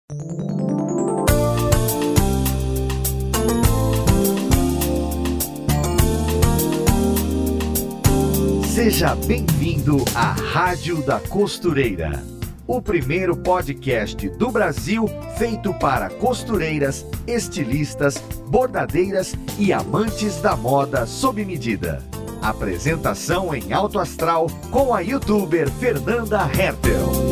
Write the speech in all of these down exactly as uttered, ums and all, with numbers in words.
Seja bem-vindo à Rádio da Costureira, o primeiro podcast do Brasil feito para costureiras, estilistas, bordadeiras e amantes da moda sob medida. Apresentação em alto astral com a youtuber Fernanda Hertel.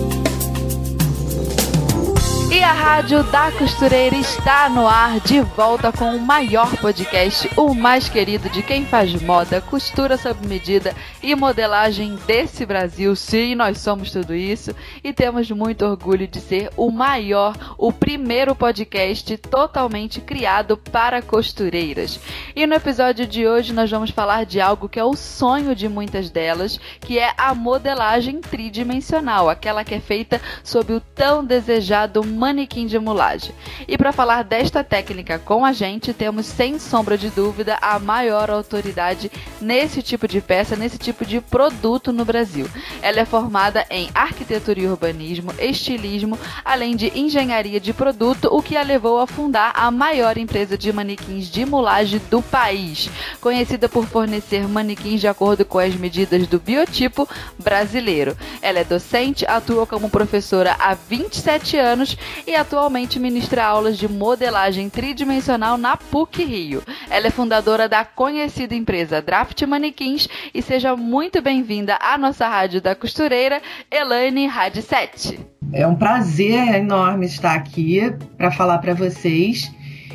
E a Rádio da Costureira está no ar, de volta com o maior podcast, o mais querido de quem faz moda, costura sob medida e modelagem desse Brasil. Sim, nós somos tudo isso e temos muito orgulho de ser o maior, o primeiro podcast totalmente criado para costureiras. E no episódio de hoje nós vamos falar de algo que é o sonho de muitas delas, que é a modelagem tridimensional, aquela que é feita sob o tão desejado manequim de mulagem. E para falar desta técnica com a gente, temos sem sombra de dúvida a maior autoridade nesse tipo de peça, nesse tipo de produto no Brasil. Ela é formada em arquitetura e urbanismo, estilismo, além de engenharia de produto, o que a levou a fundar a maior empresa de manequins de mulagem do país, conhecida por fornecer manequins de acordo com as medidas do biotipo brasileiro. Ela é docente, atua como professora há vinte e sete anos e atualmente ministra aulas de modelagem tridimensional na P U C Rio. Ela é fundadora da conhecida empresa Draft Manequins e seja muito bem-vinda à nossa Rádio da Costureira, Elaine Radicete. É um prazer enorme estar aqui para falar para vocês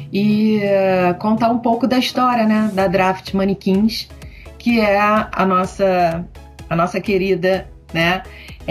e uh, contar um pouco da história, né, da Draft Manequins, que é a nossa, a nossa querida, né,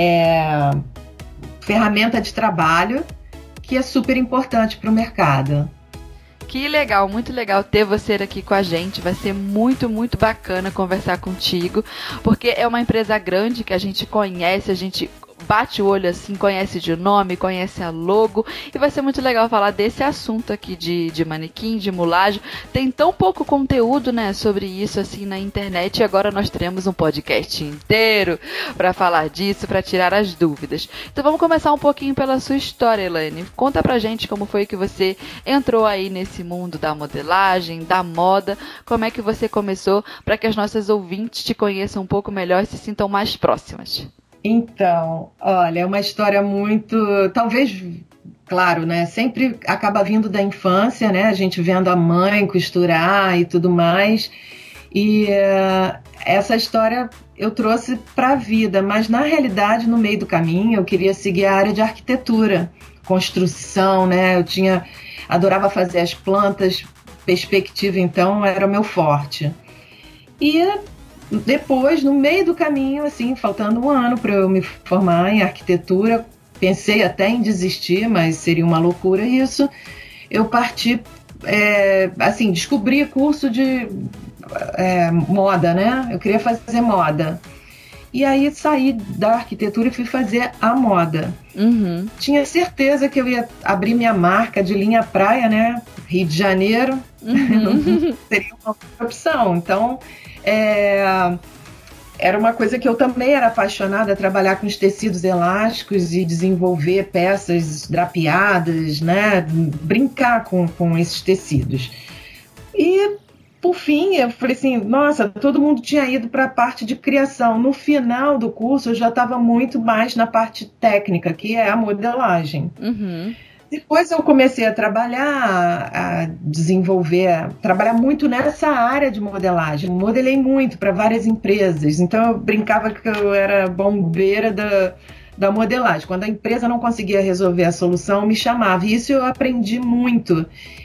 é, ferramenta de trabalho, que é super importante para o mercado. Que legal, muito legal ter você aqui com a gente, vai ser muito, muito bacana conversar contigo, porque é uma empresa grande que a gente conhece, a gente bate o olho assim, conhece de nome, conhece a logo, e vai ser muito legal falar desse assunto aqui de, de manequim, de mulagem. Tem tão pouco conteúdo, né, sobre isso assim na internet, e agora nós teremos um podcast inteiro para falar disso, para tirar as dúvidas. Então vamos começar um pouquinho pela sua história, Elaine. Conta pra gente como foi que você entrou aí nesse mundo da modelagem, da moda, como é que você começou, para que as nossas ouvintes te conheçam um pouco melhor e se sintam mais próximas. Então, olha, é uma história muito, talvez, claro, né, sempre acaba vindo da infância, né, a gente vendo a mãe costurar e tudo mais, e uh, essa história eu trouxe para a vida, mas na realidade, no meio do caminho, eu queria seguir a área de arquitetura, construção, né, eu tinha, adorava fazer as plantas, perspectiva, então, era o meu forte. E depois, no meio do caminho, assim, faltando um ano para eu me formar em arquitetura, pensei até em desistir, mas seria uma loucura isso. Eu parti, é, assim, descobri curso de é, moda, né? Eu queria fazer moda. E aí saí da arquitetura e fui fazer a moda. Uhum. Tinha certeza que eu ia abrir minha marca de linha praia, né? Rio de Janeiro. Uhum. Seria uma opção. Então, É, era uma coisa que eu também era apaixonada, trabalhar com os tecidos elásticos e desenvolver peças drapeadas, né, brincar com, com esses tecidos. E, por fim, eu falei assim, nossa, todo mundo tinha ido para a parte de criação. No final do curso, eu já estava muito mais na parte técnica, que é a modelagem. Uhum. Depois eu comecei a trabalhar, a desenvolver, a trabalhar muito nessa área de modelagem. Modelei muito para várias empresas, então eu brincava que eu era bombeira da, da modelagem. Quando a empresa não conseguia resolver a solução, me chamava. E isso eu aprendi muito.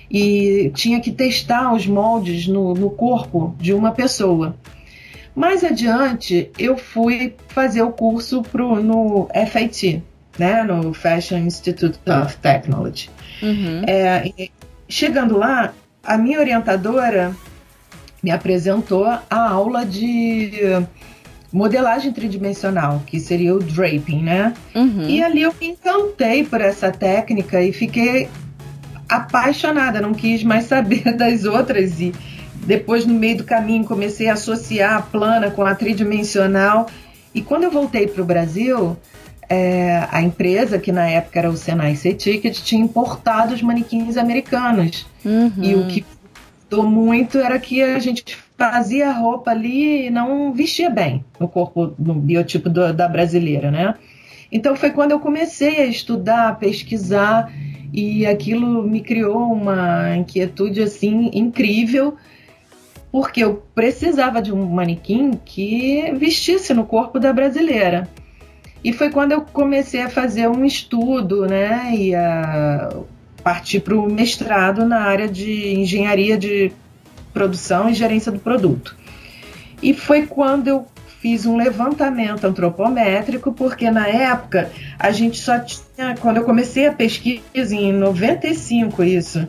E tinha que testar os moldes no, no corpo de uma pessoa. Mais adiante, eu fui fazer o curso pro, no F I T. Né, no Fashion Institute of Technology. Uhum. É, chegando lá, a minha orientadora me apresentou a aula de modelagem tridimensional, que seria o draping, né? Uhum. E ali eu me encantei por essa técnica e fiquei apaixonada, não quis mais saber das outras, e depois no meio do caminho comecei a associar a plana com a tridimensional, e quando eu voltei para o Brasil, é, a empresa, que na época era o Senai C-Ticket, tinha importado os manequins americanos. Uhum. E o que mudou muito era que a gente fazia a roupa ali e não vestia bem no corpo, no biotipo do, da brasileira, né? Então foi quando eu comecei a estudar, a pesquisar, e aquilo me criou uma inquietude assim incrível, porque eu precisava de um manequim que vestisse no corpo da brasileira. E foi quando eu comecei a fazer um estudo, né, e a partir para o mestrado na área de engenharia de produção e gerência do produto. E foi quando eu fiz um levantamento antropométrico, porque na época a gente só tinha, quando eu comecei a pesquisa em noventa e cinco, isso,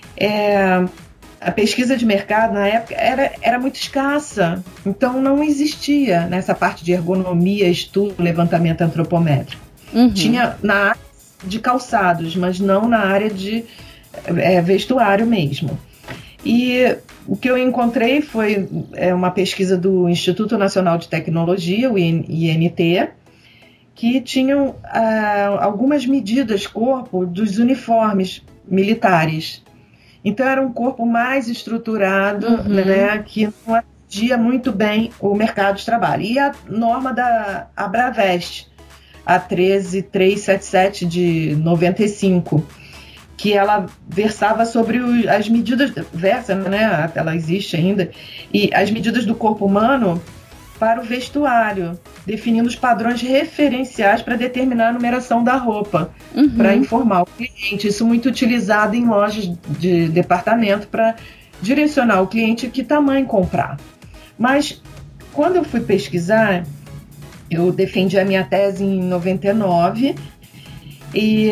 é, a pesquisa de mercado na época era, era muito escassa, então não existia nessa parte de ergonomia, estudo, levantamento antropométrico. Uhum. Tinha na área de calçados, mas não na área de é, vestuário mesmo. E o que eu encontrei foi é, uma pesquisa do Instituto Nacional de Tecnologia, o I N T, que tinham ah, algumas medidas corpo dos uniformes militares. Então era um corpo mais estruturado, uhum. né, que não atendia muito bem o mercado de trabalho. E a norma da Abravest, a treze mil trezentos e setenta e sete de noventa e cinco, que ela versava sobre o, as medidas, versa, né, ela existe ainda, e as medidas do corpo humano para o vestuário, definindo os padrões referenciais para determinar a numeração da roupa, uhum. para informar o cliente. Isso muito utilizado em lojas de departamento para direcionar o cliente que tamanho comprar. Mas quando eu fui pesquisar, eu defendi a minha tese em noventa e nove e...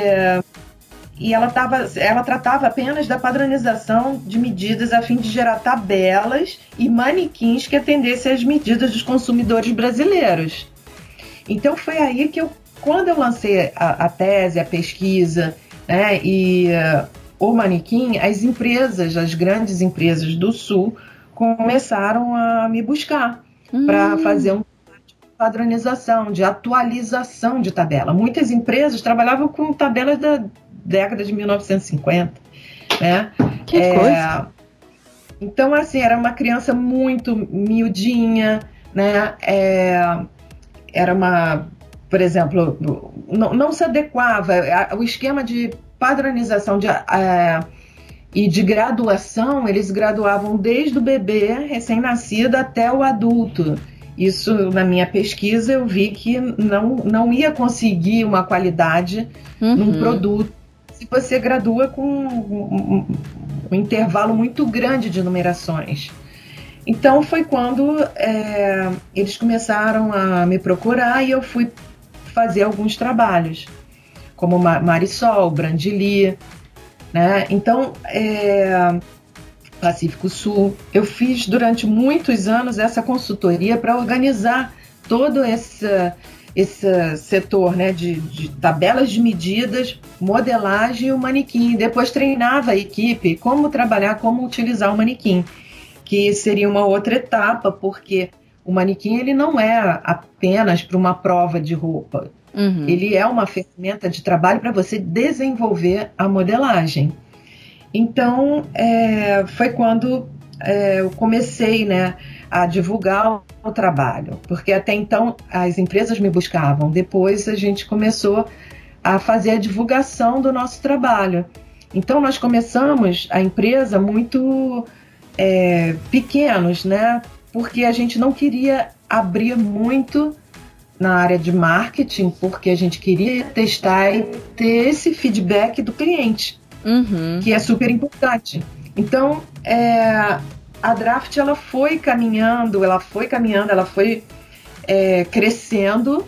E ela, tava, ela tratava apenas da padronização de medidas a fim de gerar tabelas e manequins que atendessem às medidas dos consumidores brasileiros. Então foi aí que eu, quando eu lancei a, a tese, a pesquisa, né, e uh, o manequim, as empresas, as grandes empresas do Sul começaram a me buscar hum. para fazer um padronização, de atualização de tabela. Muitas empresas trabalhavam com tabelas da década de mil novecentos e cinquenta, né? Que é, coisa! Então, assim, era uma criança muito miudinha, né? É, era uma, por exemplo, não, não se adequava, o esquema de padronização de, é, e de graduação, eles graduavam desde o bebê recém-nascido até o adulto. Isso, na minha pesquisa, eu vi que não, não ia conseguir uma qualidade uhum. num produto se você gradua com um, um, um intervalo muito grande de numerações. Então foi quando é, eles começaram a me procurar e eu fui fazer alguns trabalhos, como Marisol, Brandili, né? Então, é, Pacífico Sul. Eu fiz durante muitos anos essa consultoria para organizar todo esse, esse setor, né, de, de tabelas de medidas, modelagem e o manequim. Depois treinava a equipe como trabalhar, como utilizar o manequim, que seria uma outra etapa, porque o manequim ele não é apenas para uma prova de roupa. Uhum. Ele é uma ferramenta de trabalho para você desenvolver a modelagem. Então, é, foi quando é, eu comecei, né, a divulgar o, o trabalho, porque até então as empresas me buscavam. Depois a gente começou a fazer a divulgação do nosso trabalho. Então, nós começamos a empresa muito é, pequenos, né, porque a gente não queria abrir muito na área de marketing, porque a gente queria testar e ter esse feedback do cliente. Uhum. Que é super importante. Então, é, a Draft ela foi caminhando, ela foi caminhando, ela foi é, crescendo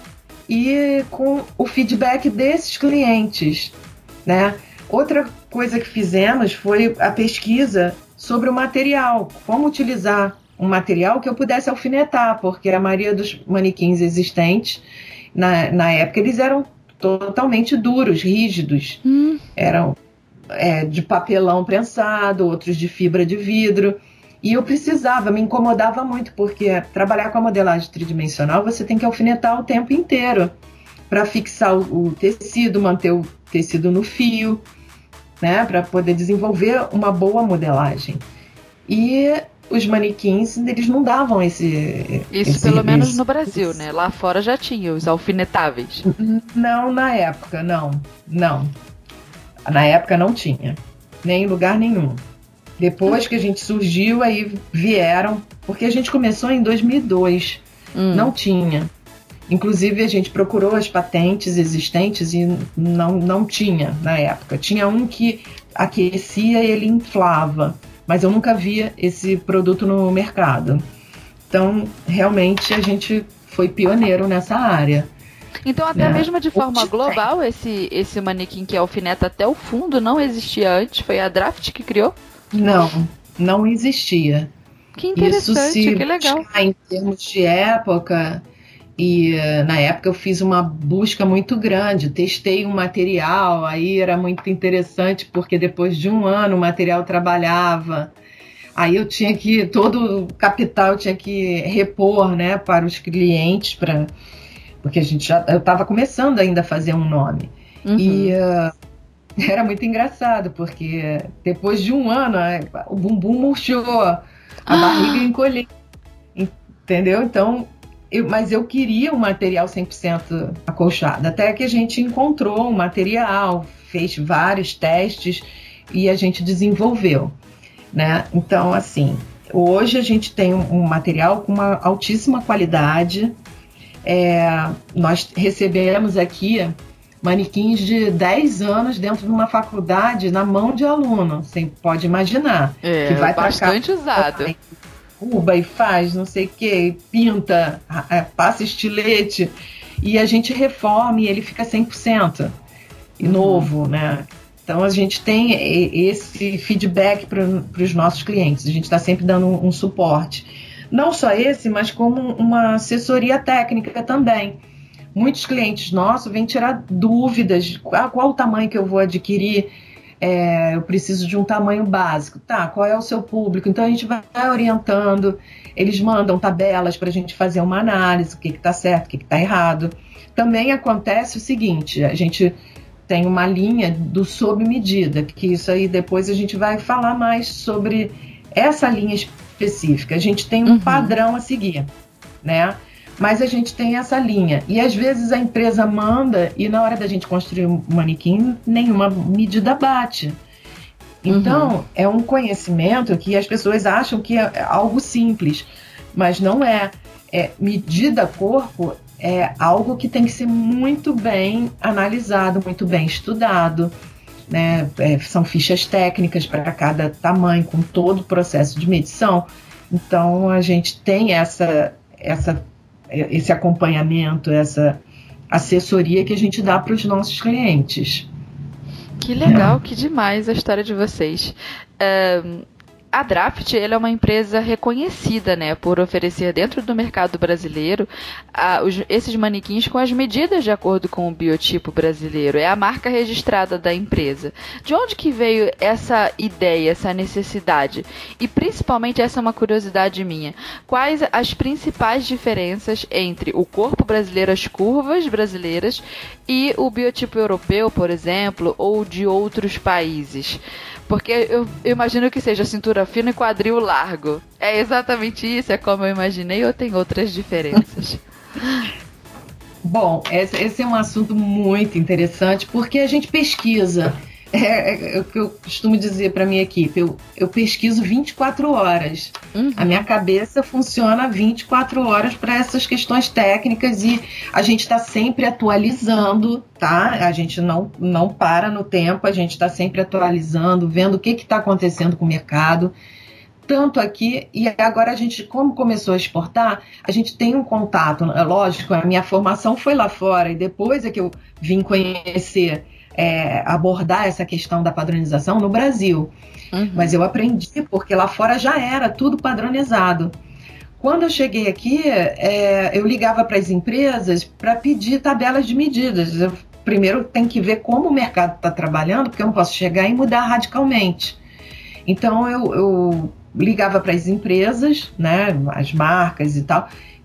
e com o feedback desses clientes, né? Outra coisa que fizemos foi a pesquisa sobre o material, como utilizar um material que eu pudesse alfinetar, porque a maioria dos manequins existentes na, na época eles eram totalmente duros, rígidos, hum. eram É, de papelão prensado, outros de fibra de vidro, e eu precisava, me incomodava muito, porque trabalhar com a modelagem tridimensional você tem que alfinetar o tempo inteiro, para fixar o, o tecido, manter o tecido no fio, né, para poder desenvolver uma boa modelagem. E os manequins, eles não davam esse... Isso esse, pelo menos esse, no Brasil, esse... né? Lá fora já tinha os alfinetáveis. Não, na época, não. Não. Na época não tinha. Nem em lugar nenhum. Depois que a gente surgiu, aí vieram... Porque a gente começou em dois mil e dois. Hum. Não tinha. Inclusive, a gente procurou as patentes existentes e não, não tinha na época. Tinha um que aquecia e ele inflava. Mas eu nunca via esse produto no mercado. Então, realmente, a gente foi pioneiro nessa área. Então, até né? mesmo de forma global, esse, esse manequim que alfineta até o fundo não existia antes? Foi a Draft que criou? Não, não existia. Que interessante, Isso se que legal. Em termos de época... E na época eu fiz uma busca muito grande, testei um material, aí era muito interessante porque depois de um ano o material trabalhava, aí eu tinha que, todo o capital eu tinha que repor, né, para os clientes, pra, porque a gente já, eu estava começando ainda a fazer um nome. Uhum. E uh, era muito engraçado, porque depois de um ano o bumbum murchou, a ah. barriga encolheu, entendeu? Então... Eu, mas eu queria um material cem por cento acolchado, até que a gente encontrou um material, fez vários testes e a gente desenvolveu, né? Então, assim, hoje a gente tem um, um material com uma altíssima qualidade. É, nós recebemos aqui manequins de dez anos dentro de uma faculdade na mão de aluno, você pode imaginar. É, que vai bastante usado. Cuba e faz não sei o que, pinta, passa estilete e a gente reforma e ele fica cem por cento uhum. novo, né? Então a gente tem esse feedback para os nossos clientes, a gente está sempre dando um, um suporte. Não só esse, mas como uma assessoria técnica também. Muitos clientes nossos vêm tirar dúvidas, ah, qual o tamanho que eu vou adquirir. É, eu preciso de um tamanho básico, tá? Qual é o seu público? Então a gente vai orientando, eles mandam tabelas para a gente fazer uma análise, o que está certo, o que está errado. Também acontece o seguinte, a gente tem uma linha do sob medida, que isso aí depois a gente vai falar mais sobre essa linha específica. A gente tem um uhum. padrão a seguir, né? Mas a gente tem essa linha. E às vezes a empresa manda e na hora da gente construir um manequim, nenhuma medida bate. Então, uhum. é um conhecimento que as pessoas acham que é algo simples, mas não é. É medida corpo é algo que tem que ser muito bem analisado, muito bem estudado. Né? É, são fichas técnicas para cada tamanho, com todo o processo de medição. Então, a gente tem essa... essa esse acompanhamento, essa assessoria que a gente dá para os nossos clientes. Que legal, é. que demais a história de vocês. Um, a Draft ela é uma empresa reconhecida, né, por oferecer dentro do mercado brasileiro a, os, esses manequins com as medidas de acordo com o biotipo brasileiro. É a marca registrada da empresa. De onde que veio essa ideia, essa necessidade? E principalmente, essa é uma curiosidade minha, quais as principais diferenças entre o corpo brasileiro, as curvas brasileiras e o biotipo europeu, por exemplo, ou de outros países? Porque eu, eu imagino que seja cintura fina e quadril largo. É exatamente isso? É como eu imaginei ou tem outras diferenças? Bom, esse, esse é um assunto muito interessante porque a gente pesquisa. É, é, é o que eu costumo dizer para minha equipe. Eu, eu pesquiso vinte e quatro horas. Uhum. A minha cabeça funciona vinte e quatro horas para essas questões técnicas e a gente está sempre atualizando, tá? A gente não, não para no tempo, a gente está sempre atualizando, vendo o que está acontecendo com o mercado. Tanto aqui, e agora a gente, como começou a exportar, a gente tem um contato. Lógico, a minha formação foi lá fora e depois é que eu vim conhecer... É, abordar essa questão da padronização no Brasil. Uhum. Mas eu aprendi porque lá fora já era tudo padronizado. Quando eu cheguei aqui, é, eu ligava para as empresas para pedir tabelas de medidas. Eu, primeiro tem que ver como o mercado está trabalhando, porque eu não posso chegar e mudar radicalmente. Então eu, eu ligava para as empresas, né, as marcas e tal,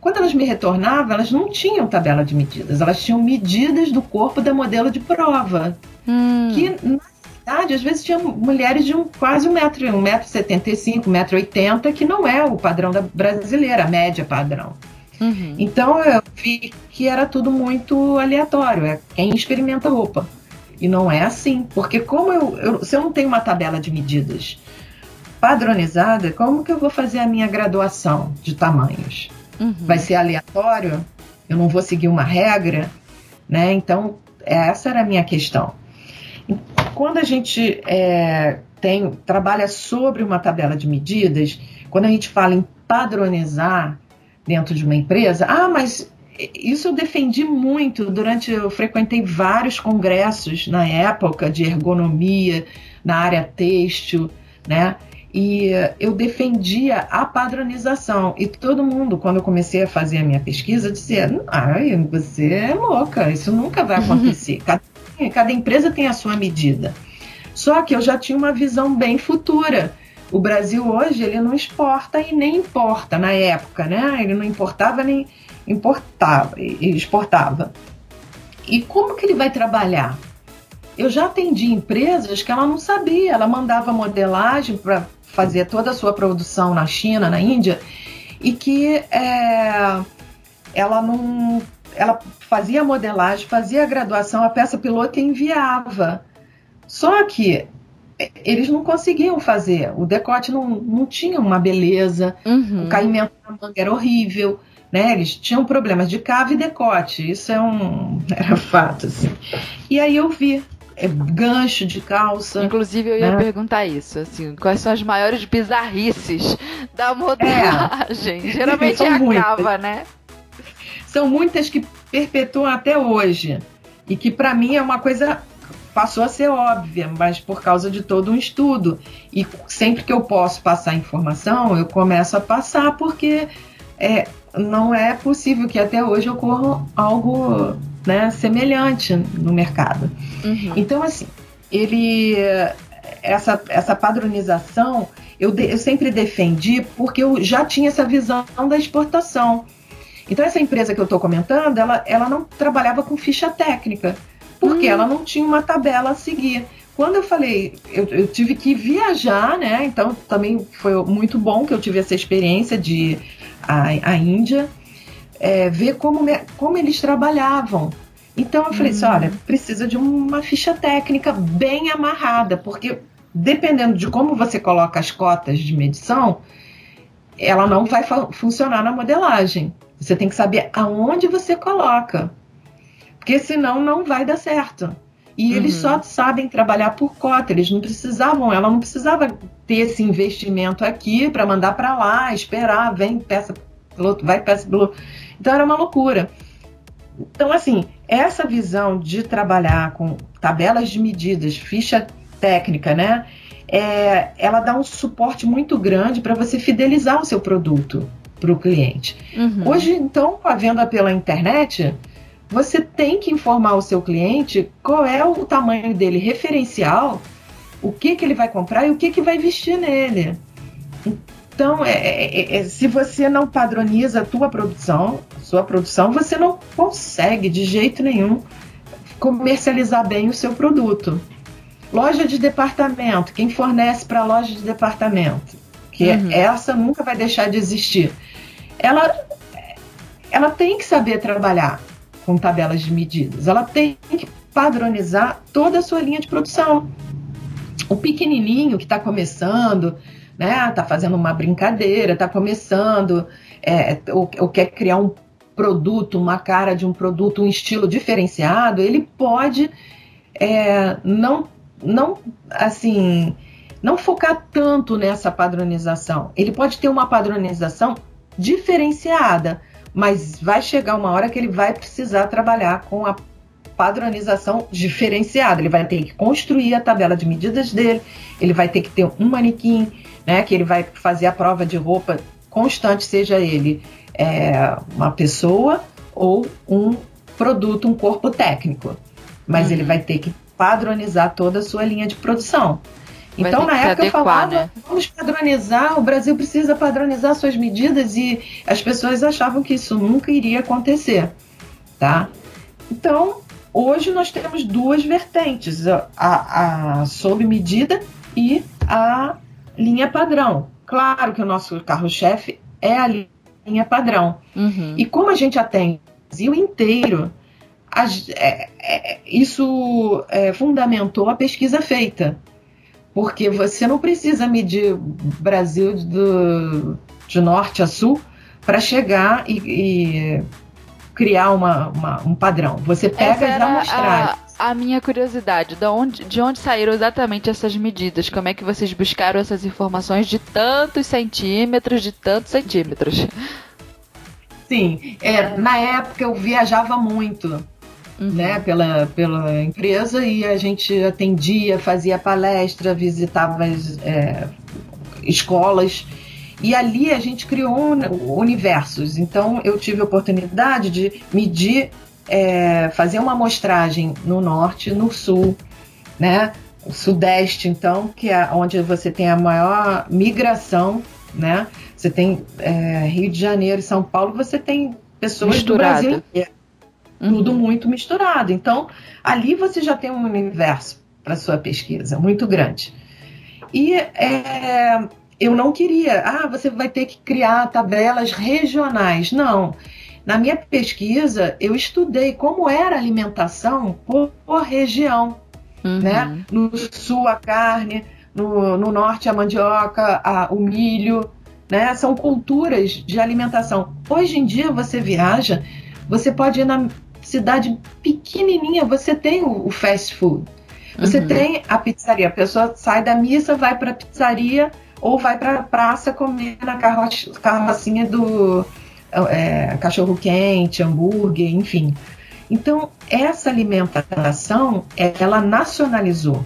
quando elas me retornavam, elas não tinham tabela de medidas, elas tinham medidas do corpo da modelo de prova. Hum. Que, na verdade, às vezes tinham mulheres de um, quase um metro, um metro e setenta e cinco, um metro e oitenta, que não é o padrão da brasileira, a média padrão. Uhum. Então eu vi que era tudo muito aleatório, é quem experimenta roupa. E não é assim, porque como eu, eu, se eu não tenho uma tabela de medidas padronizada, como que eu vou fazer a minha graduação de tamanhos? Uhum. Vai ser aleatório? Eu não vou seguir uma regra? Né? Então, essa era a minha questão. Quando a gente é, tem, trabalha sobre uma tabela de medidas, quando a gente fala em padronizar dentro de uma empresa, ah, mas isso eu defendi muito durante, eu frequentei vários congressos na época de ergonomia, na área têxtil, né? E eu defendia a padronização. E todo mundo, quando eu comecei a fazer a minha pesquisa, dizia, ai, você é louca, isso nunca vai acontecer. Cada, cada empresa tem a sua medida. Só que eu já tinha uma visão bem futura. O Brasil hoje, ele não exporta e nem importa na época, né? Ele não importava nem importava, exportava. E como que ele vai trabalhar? Eu já atendi empresas que ela não sabia, ela mandava modelagem para fazer toda a sua produção na China, na Índia, e que é, ela não, ela fazia a modelagem, fazia a graduação, a peça piloto e enviava. Só que eles não conseguiam fazer, o decote não, não tinha uma beleza, uhum. O caimento da manga era horrível, né? Eles tinham problemas de cava e decote, isso é um, era fato, assim. E aí eu vi é, gancho de calça. Inclusive eu ia né? perguntar isso, assim, quais são as maiores bizarrices da modelagem? É. Geralmente é a muitas. Cava, né? São muitas que perpetuam até hoje e que para mim é uma coisa passou a ser óbvia, mas por causa de todo um estudo. E sempre que eu posso passar informação, eu começo a passar, porque é, não é possível que até hoje ocorra algo, né, semelhante no mercado. Uhum. Então, assim, ele, essa, essa padronização, eu, de, eu sempre defendi porque eu já tinha essa visão da exportação. Então, essa empresa que eu estou comentando, ela, ela não trabalhava com ficha técnica, porque hum. ela não tinha uma tabela a seguir. Quando eu falei, eu, eu tive que viajar, né? Então também foi muito bom que eu tive essa experiência de a, a Índia, é, ver como, como eles trabalhavam. Então eu falei hum. assim, olha, precisa de uma ficha técnica bem amarrada, porque dependendo de como você coloca as cotas de medição, ela não vai funcionar na modelagem. Você tem que saber aonde você coloca, porque senão não vai dar certo. E eles uhum. só sabem trabalhar por cota, eles não precisavam, ela não precisava ter esse investimento aqui para mandar para lá, esperar, vem peça piloto, vai peça piloto. Então era uma loucura. Então, assim, essa visão de trabalhar com tabelas de medidas, ficha técnica, né? É, ela dá um suporte muito grande para você fidelizar o seu produto para o cliente. Uhum. Hoje, então, com a venda pela internet, você tem que informar o seu cliente qual é o tamanho dele referencial, o que, que ele vai comprar e o que, que vai vestir nele. Então, é, é, é, se você não padroniza a tua produção, a sua produção, você não consegue de jeito nenhum comercializar bem o seu produto. Loja de departamento, quem fornece para a loja de departamento, que uhum. essa nunca vai deixar de existir, ela, ela tem que saber trabalhar com tabelas de medidas, ela tem que padronizar toda a sua linha de produção. O pequenininho que está começando, né, está fazendo uma brincadeira, está começando, é, ou, ou quer criar um produto, uma cara de um produto, um estilo diferenciado, ele pode é, não, não, assim, não focar tanto nessa padronização. Ele pode ter uma padronização diferenciada, mas vai chegar uma hora que ele vai precisar trabalhar com a padronização diferenciada. Ele vai ter que construir a tabela de medidas dele, ele vai ter que ter um manequim, né, que ele vai fazer a prova de roupa constante, seja ele é, uma pessoa ou um produto, um corpo técnico. Mas uhum. ele vai ter que padronizar toda a sua linha de produção. Vai Então, ter na que se época, eu adequar, falava, né? vamos padronizar, o Brasil precisa padronizar suas medidas, e as pessoas achavam que isso nunca iria acontecer, tá? Então, hoje nós temos duas vertentes, a, a sob medida e a linha padrão. Claro que o nosso carro-chefe é a linha padrão. Uhum. E como a gente atende o Brasil inteiro, a, é, é, isso é, fundamentou a pesquisa feita. Porque você não precisa medir Brasil do, de norte a sul para chegar e, e criar uma, uma, um padrão. Você pega as amostragens. A, a minha curiosidade, de onde, de onde saíram exatamente essas medidas? Como é que vocês buscaram essas informações de tantos centímetros, de tantos centímetros? Sim, é, na época eu viajava muito. Uhum. Né, pela, pela empresa, e a gente atendia, fazia palestra, visitava as é, escolas, e ali a gente criou um, universos. Então eu tive a oportunidade de medir, é, fazer uma amostragem no norte, no sul, né, o sudeste, então, que é onde você tem a maior migração, né, você tem é, Rio de Janeiro e São Paulo, você tem pessoas misturada. Do Brasil inteiro. Tudo muito misturado. Então, ali você já tem um universo para sua pesquisa muito grande. E é, eu não queria, ah, você vai ter que criar tabelas regionais. Não. Na minha pesquisa, eu estudei como era a alimentação por, por região. Uhum. Né? No sul, a carne, no, no norte, a mandioca, a, o milho. Né? São culturas de alimentação. Hoje em dia, você viaja, você pode ir na cidade pequenininha, você tem o, o fast food, você uhum. tem a pizzaria, a pessoa sai da missa, vai para a pizzaria ou vai para a praça comer na carro, carrocinha do é, cachorro quente, hambúrguer, enfim. Então, essa alimentação, ela nacionalizou.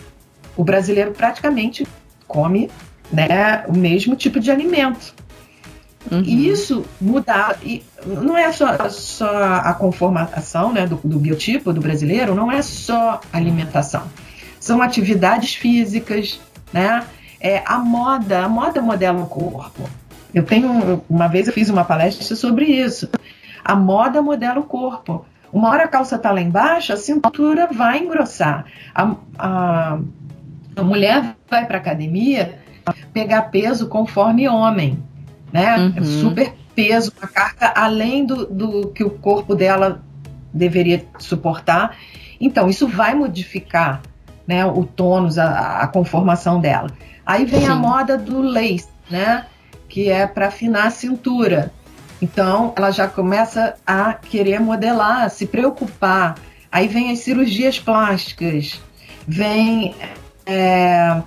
O brasileiro praticamente come, né, o mesmo tipo de alimento. Uhum. E isso mudar, e não é só, só a conformação, né, do, do biotipo do brasileiro, não é só alimentação, são atividades físicas, né, é, a moda, a moda modela o corpo. Eu tenho, uma vez eu fiz uma palestra sobre isso, a moda modela o corpo. Uma hora a calça está lá embaixo, a cintura vai engrossar, a, a, a mulher vai para a academia pegar peso conforme homem. Né? Uhum. Super peso, uma carga além do, do que o corpo dela deveria suportar. Então, isso vai modificar, né, o tônus, a, a conformação dela. Aí vem Sim. a moda do lace, né, que é para afinar a cintura. Então, ela já começa a querer modelar, a se preocupar. Aí vem as cirurgias plásticas, vem, é,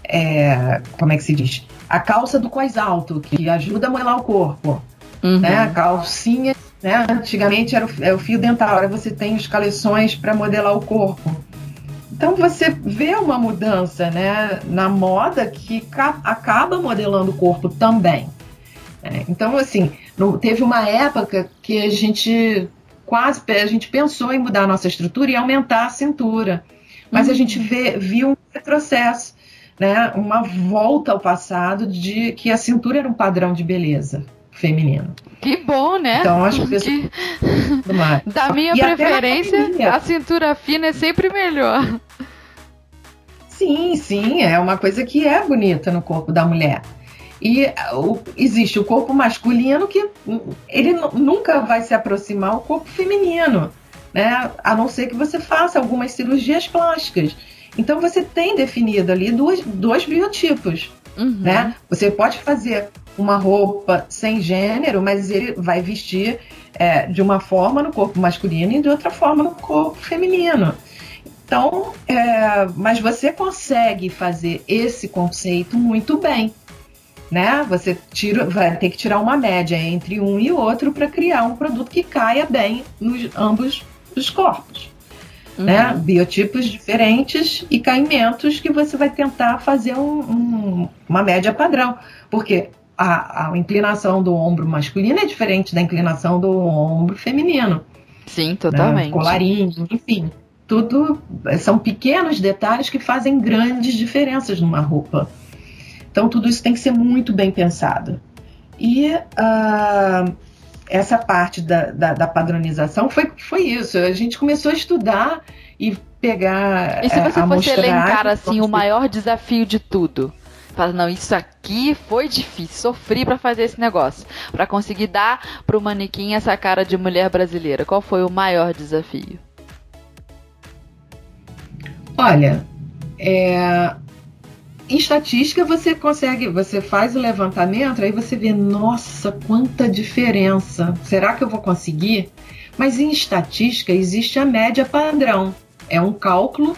é, como é que se diz? A calça do cós alto, que ajuda a modelar o corpo. Uhum. Né? A calcinha, né? Antigamente era o, era o fio dental, agora você tem os caleções para modelar o corpo. Então você vê uma mudança, né, na moda que ca- acaba modelando o corpo também. É, então, assim, no, teve uma época que a gente quase a gente pensou em mudar a nossa estrutura e aumentar a cintura. Mas uhum. a gente vê, viu um retrocesso. Né, uma volta ao passado de que a cintura era um padrão de beleza feminino. Que bom, né? Então, acho que que... da minha e preferência, a cintura fina é sempre melhor. Sim, sim, é uma coisa que é bonita no corpo da mulher. E o, existe o corpo masculino que ele n- nunca vai se aproximar ao corpo feminino, né? A não ser que você faça algumas cirurgias plásticas. Então você tem definido ali dois, dois biotipos, uhum. né? Você pode fazer uma roupa sem gênero, mas ele vai vestir é, de uma forma no corpo masculino e de outra forma no corpo feminino. Então, é, mas você consegue fazer esse conceito muito bem, né? Você tira, vai ter que tirar uma média entre um e outro para criar um produto que caia bem nos ambos os corpos. Uhum. Né? Biotipos diferentes e caimentos que você vai tentar fazer um, um, uma média padrão, porque a, a inclinação do ombro masculino é diferente da inclinação do ombro feminino. Sim, totalmente. Né? Colarinho, enfim. tudo são pequenos detalhes que fazem grandes diferenças numa roupa. Então tudo isso tem que ser muito bem pensado. E uh, essa parte da, da, da padronização foi, foi isso. A gente começou a estudar e pegar. E se você a fosse elencar assim, o maior desafio de tudo? Fala, não, isso aqui foi difícil, sofri para fazer esse negócio, para conseguir dar pro manequim essa cara de mulher brasileira. Qual foi o maior desafio? Olha, é, em estatística você consegue, você faz o levantamento, aí você vê, nossa, quanta diferença. Será que eu vou conseguir? Mas em estatística existe a média padrão. É um cálculo.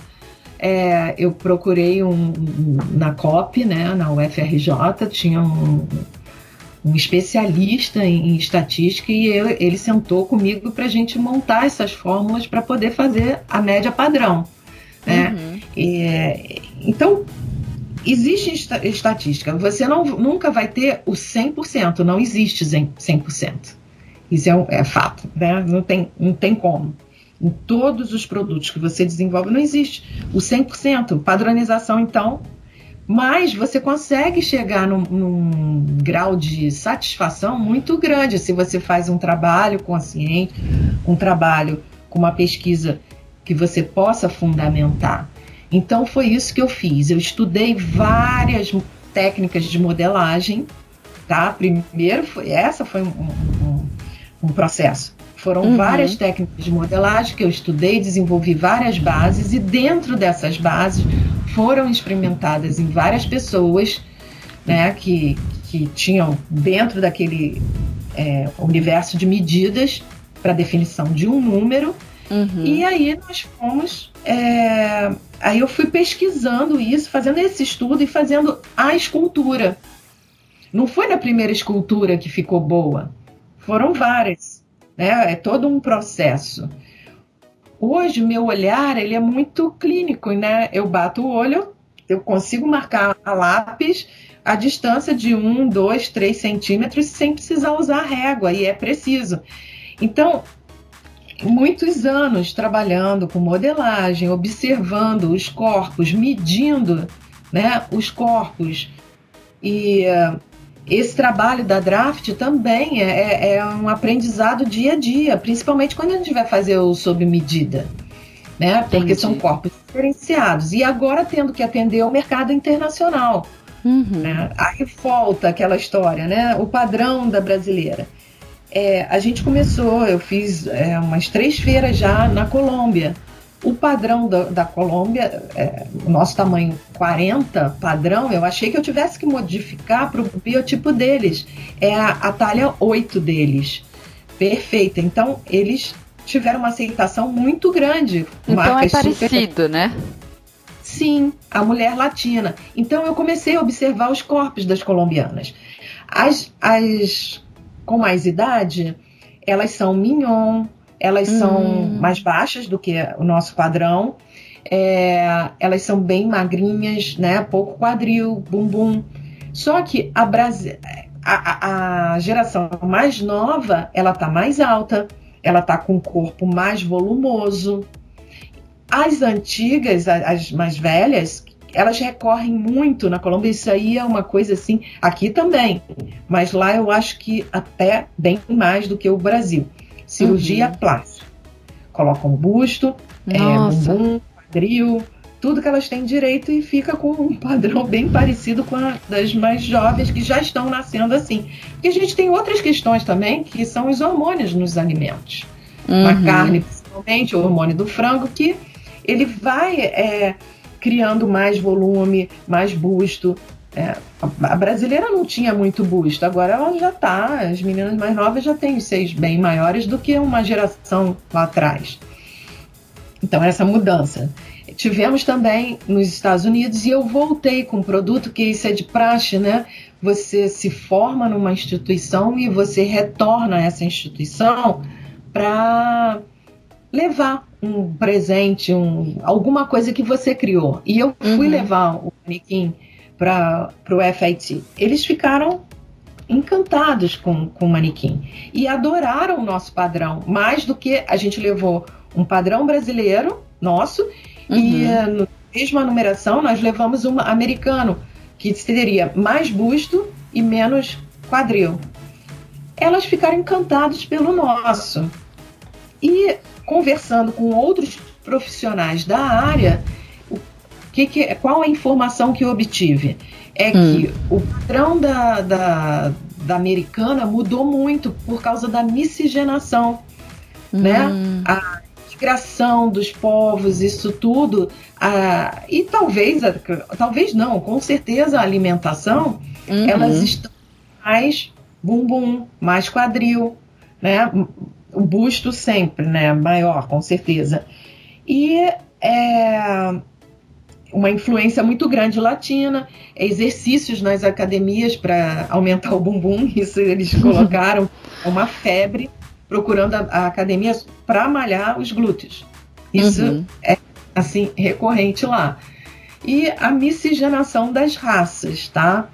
É, eu procurei um, um, na C O P, né, na U F R J, tinha um, um especialista em, em estatística e eu, ele sentou comigo para a gente montar essas fórmulas para poder fazer a média padrão. Né? Uhum. E, então, existe estatística. Você não, nunca vai ter o cem por cento, não existe cem por cento. Isso é, um, é fato, né? Não tem, não tem como. Em todos os produtos que você desenvolve não existe o cem por cento. Padronização, então, mas você consegue chegar num, num grau de satisfação muito grande se você faz um trabalho consciente, um trabalho com uma pesquisa que você possa fundamentar. Então foi isso que eu fiz. Eu estudei várias técnicas de modelagem, tá? Primeiro, foi, essa foi um, um, um processo. Foram uhum. várias técnicas de modelagem que eu estudei, desenvolvi várias bases e dentro dessas bases foram experimentadas em várias pessoas, né, que, que tinham dentro daquele é, universo de medidas para definição de um número. Uhum. E aí nós fomos, é, aí eu fui pesquisando isso, fazendo esse estudo e fazendo a escultura. Não foi na primeira escultura que ficou boa, foram várias. É, é todo um processo. Hoje, o meu olhar ele é muito clínico, né? Eu bato o olho, eu consigo marcar a lápis a distância de um, dois, três centímetros sem precisar usar régua, e é preciso. Então, muitos anos trabalhando com modelagem, observando os corpos, medindo, né, os corpos. E uh, esse trabalho da draft também é, é um aprendizado dia a dia, principalmente quando a gente vai fazer o sob medida, né? Porque Entendi. São corpos diferenciados. E agora tendo que atender ao mercado internacional. Uhum. Né? Aí volta aquela história, né? O padrão da brasileira. É, a gente começou, eu fiz é, umas três feiras já na Colômbia. O padrão da, da Colômbia, é, o nosso tamanho quarenta padrão, eu achei que eu tivesse que modificar para o biotipo deles. É a, a talha oito deles. Perfeita. Então, eles tiveram uma aceitação muito grande. Então é parecido, super... né? Sim, a mulher latina. Então, eu comecei a observar os corpos das colombianas. As, as com mais idade, elas são mignon, elas hum. são mais baixas do que o nosso padrão, é, elas são bem magrinhas, né? Pouco quadril, bumbum. Só que a, Brasi- a, a geração mais nova, ela tá mais alta, ela tá com o corpo mais volumoso. As antigas, as mais velhas, elas recorrem muito na Colômbia, isso aí é uma coisa assim, aqui também, mas lá eu acho que até bem mais do que o Brasil. Cirurgia uhum. plástica. Colocam busto, é, bumbum, quadril, tudo que elas têm direito e fica com um padrão bem parecido com a das mais jovens que já estão nascendo assim. Porque a gente tem outras questões também, que são os hormônios nos alimentos. Uhum. Na carne, principalmente, o hormônio do frango, que ele vai é, criando mais volume, mais busto. É, a brasileira não tinha muito busto, agora ela já tá, as meninas mais novas já têm os seios bem maiores do que uma geração lá atrás. Então essa mudança. Tivemos também nos Estados Unidos e eu voltei com um produto que isso é de praxe, né? Você se forma numa instituição e você retorna a essa instituição para levar um presente, um, alguma coisa que você criou. E eu fui uhum. levar o manequim para o F I T. Eles ficaram encantados com, com o manequim e adoraram o nosso padrão, mais do que a gente levou um padrão brasileiro, nosso, uhum. e na mesma numeração nós levamos um americano, que teria mais busto e menos quadril. Elas ficaram encantadas pelo nosso. E conversando com outros profissionais da área, o que que, qual a informação que eu obtive? É hum. que o padrão da, da, da americana mudou muito por causa da miscigenação, hum. né? A migração dos povos, isso tudo, a, e talvez, a, talvez não, com certeza a alimentação, uhum. elas estão mais bumbum, mais quadril, né? O busto sempre, né? Maior, com certeza. E é uma influência muito grande latina, exercícios nas academias para aumentar o bumbum, isso eles colocaram uma febre, procurando a, a academia para malhar os glúteos. Isso uhum. é, assim, recorrente lá. E a miscigenação das raças, tá?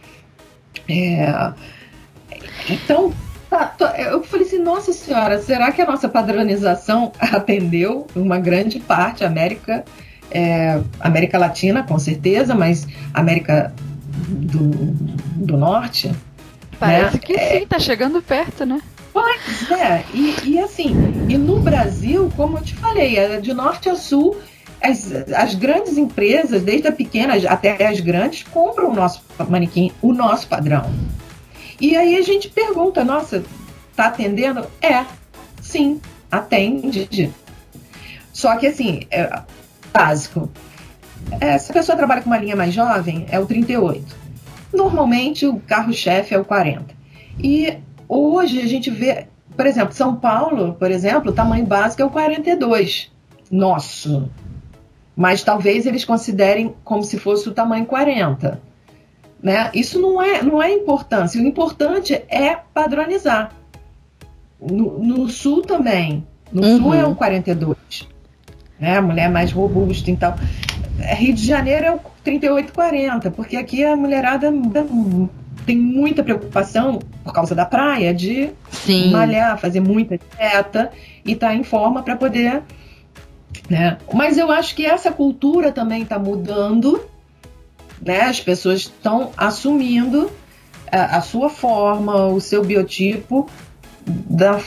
É, então, tá, tá, eu falei assim, nossa senhora, será que a nossa padronização atendeu uma grande parte, América, é, América Latina, com certeza, mas América do, do Norte? Parece né? que é, sim, tá chegando perto, né? Pois é, e, e assim, e no Brasil, como eu te falei, de norte a sul, as, as grandes empresas, desde as pequenas até as grandes, compram o nosso manequim, o nosso padrão. E aí a gente pergunta, nossa, tá atendendo? É, sim, atende. Só que assim, é básico. É, se a pessoa trabalha com uma linha mais jovem, é o trinta e oito. Normalmente o carro-chefe é o quarenta. E hoje a gente vê, por exemplo, São Paulo, por exemplo, o tamanho básico é o quarenta e dois, nosso. Mas talvez eles considerem como se fosse o tamanho quarenta. Né? Isso não é, não é importância. O importante é padronizar. No, no Sul também. No uhum. Sul é o quarenta e dois. Né? A mulher é mais robusta. Então, Rio de Janeiro é o trinta e oito, quarenta, porque aqui a mulherada tem muita preocupação, por causa da praia, de Sim. malhar, fazer muita dieta e estar tá em forma para poder... Né? Mas eu acho que essa cultura também está mudando, né? As pessoas estão assumindo a, a sua forma, o seu biotipo da,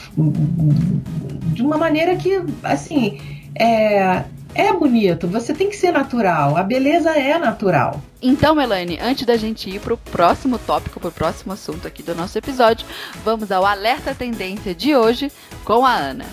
de uma maneira que, assim, é, é bonito. Você tem que ser natural. A beleza é natural. Então, Melanie, antes da gente ir pro próximo tópico, pro próximo assunto aqui do nosso episódio, vamos ao Alerta Tendência de hoje com a Ana.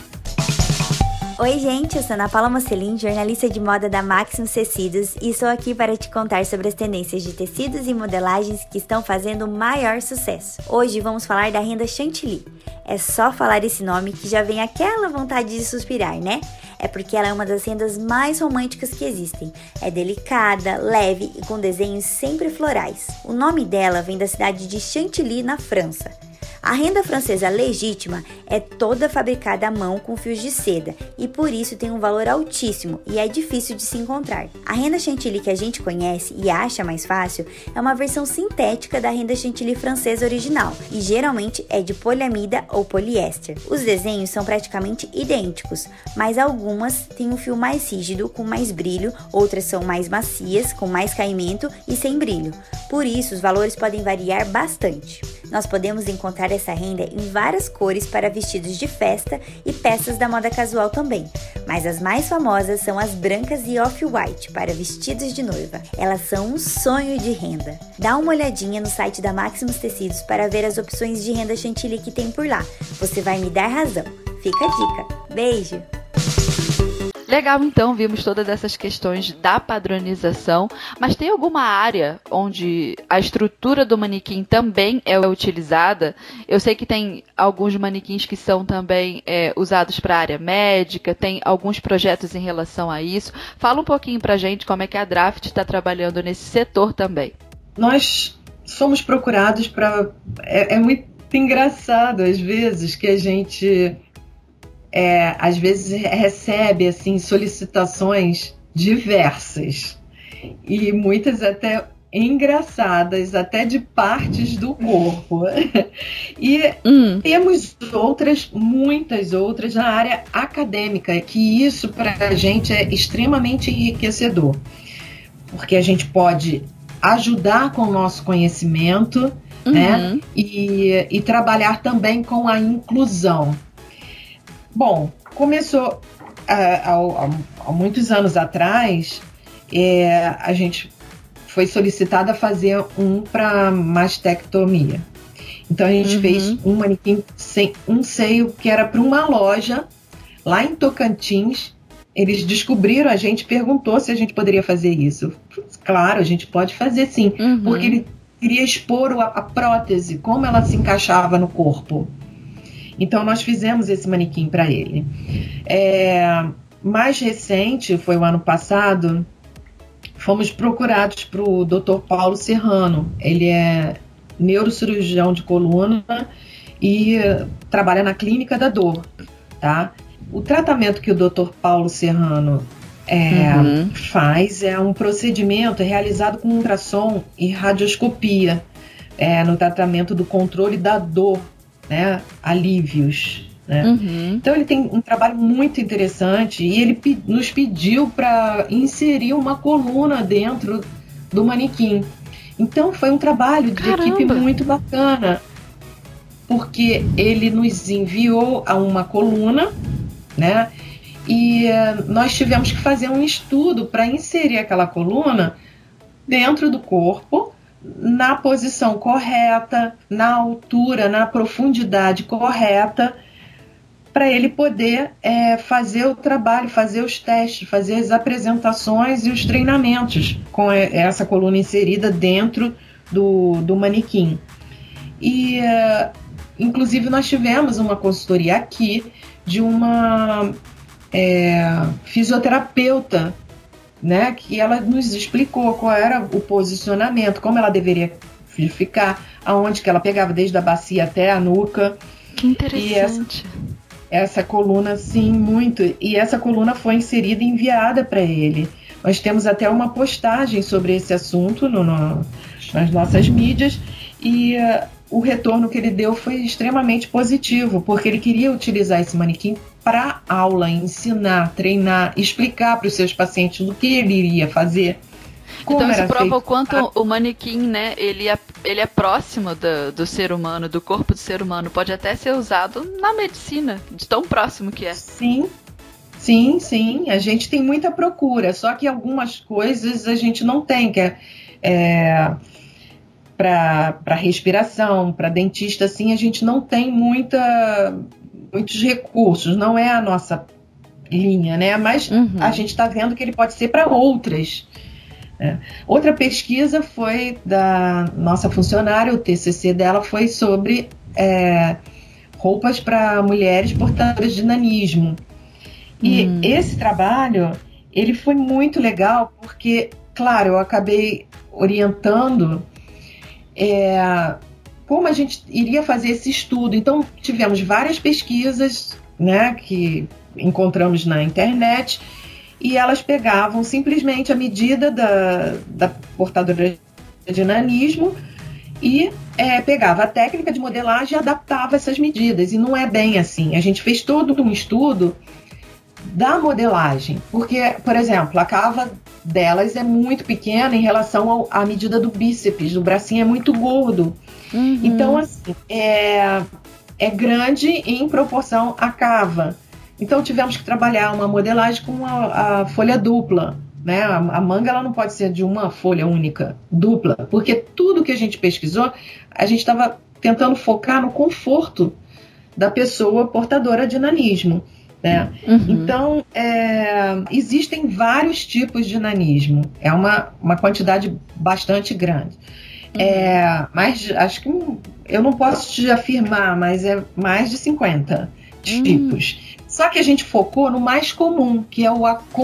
Oi gente, eu sou Ana Paula Mocelin, jornalista de moda da Maximus Tecidos e estou aqui para te contar sobre as tendências de tecidos e modelagens que estão fazendo maior sucesso. Hoje vamos falar da renda chantilly. É só falar esse nome que já vem aquela vontade de suspirar, né? É porque ela é uma das rendas mais românticas que existem. É delicada, leve e com desenhos sempre florais. O nome dela vem da cidade de Chantilly, na França. A renda francesa legítima é toda fabricada à mão com fios de seda e por isso tem um valor altíssimo e é difícil de se encontrar. A renda chantilly que a gente conhece e acha mais fácil é uma versão sintética da renda chantilly francesa original e geralmente é de poliamida ou poliéster. Os desenhos são praticamente idênticos, mas algumas têm um fio mais rígido com mais brilho, outras são mais macias com mais caimento e sem brilho. Por isso os valores podem variar bastante. Nós podemos encontrar essa renda em várias cores para vestidos de festa e peças da moda casual também, mas as mais famosas são as brancas e off-white para vestidos de noiva. Elas são um sonho de renda. Dá uma olhadinha no site da Maximus Tecidos para ver as opções de renda chantilly que tem por lá. Você vai me dar razão. Fica a dica. Beijo! Legal, então, vimos todas essas questões da padronização, mas tem alguma área onde a estrutura do manequim também é utilizada? Eu sei que tem alguns manequins que são também é, usados para a área médica, tem alguns projetos em relação a isso. Fala um pouquinho pra gente como é que a Draft está trabalhando nesse setor também. Nós somos procurados para... É, é muito engraçado, às vezes, que a gente... É, às vezes recebe assim, solicitações diversas e muitas até engraçadas, até de partes do corpo. E hum. temos outras, muitas outras na área acadêmica, que isso para a gente é extremamente enriquecedor, porque a gente pode ajudar com o nosso conhecimento, uhum. né? E, e trabalhar também com a inclusão. Bom, começou há, há, há muitos anos atrás, é, a gente foi solicitada a fazer um para mastectomia. Então a gente uhum. fez um manequim sem um seio que era para uma loja lá em Tocantins. Eles descobriram, a gente perguntou se a gente poderia fazer isso. Claro, a gente pode fazer sim, uhum. porque ele queria expor a, a prótese, como ela se encaixava no corpo. Então nós fizemos esse manequim para ele. É, mais recente, foi o ano passado, fomos procurados para o doutor Paulo Serrano. Ele é neurocirurgião de coluna e trabalha na Clínica da Dor, tá? O tratamento que o doutor Paulo Serrano é, uhum. faz é um procedimento realizado com ultrassom e radioscopia é, no tratamento do controle da dor, né? Alívios. Né? Uhum. Então ele tem um trabalho muito interessante e ele pe- nos pediu para inserir uma coluna dentro do manequim. Então foi um trabalho de Caramba. equipe muito bacana, porque ele nos enviou a uma coluna, né? E uh, nós tivemos que fazer um estudo para inserir aquela coluna dentro do corpo, na posição correta, na altura, na profundidade correta, para ele poder é, fazer o trabalho, fazer os testes, fazer as apresentações e os treinamentos com essa coluna inserida dentro do, do manequim. E, uh, inclusive, nós tivemos uma consultoria aqui de uma é, fisioterapeuta, né, que ela nos explicou qual era o posicionamento, como ela deveria ficar, aonde que ela pegava desde a bacia até a nuca. Que interessante. E essa, essa coluna, sim, muito. E essa coluna foi inserida e enviada para ele. Nós temos até uma postagem sobre esse assunto no, no, nas nossas mídias e uh, o retorno que ele deu foi extremamente positivo, porque ele queria utilizar esse manequim para aula, ensinar, treinar, explicar para os seus pacientes do que ele iria fazer. Como então isso era prova feito. O quanto o manequim, né, ele é, ele é próximo do, do ser humano, do corpo do ser humano. Pode até ser usado na medicina, de tão próximo que é. Sim, sim, sim. A gente tem muita procura, só que algumas coisas a gente não tem, que é... é para respiração, para dentista, assim, a gente não tem muita, muitos recursos, não é a nossa linha, né? Mas uhum. a gente está vendo que ele pode ser para outras. Né? Outra pesquisa foi da nossa funcionária, o T C C dela foi sobre é, roupas para mulheres portadoras de nanismo. E uhum. esse trabalho, ele foi muito legal, porque, claro, eu acabei orientando É, como a gente iria fazer esse estudo. Então, tivemos várias pesquisas, né, que encontramos na internet, e elas pegavam simplesmente a medida da, da portadora de nanismo e é, pegava a técnica de modelagem e adaptava essas medidas. E não é bem assim. A gente fez todo um estudo da modelagem, porque, por exemplo, a cava delas é muito pequena em relação ao, à medida do bíceps, do bracinho é muito gordo. Uhum. Então, assim, é, é grande em proporção à cava. Então, tivemos que trabalhar uma modelagem com a, a folha dupla, né? A, a manga ela não pode ser de uma folha única, dupla, porque tudo que a gente pesquisou, a gente estava tentando focar no conforto da pessoa portadora de nanismo. Né? Uhum. Então, é, existem vários tipos de nanismo, é uma, uma quantidade bastante grande. Uhum. É, mas acho que eu não posso te afirmar, mas é mais de cinquenta uhum. tipos. Só que a gente focou no mais comum, que é o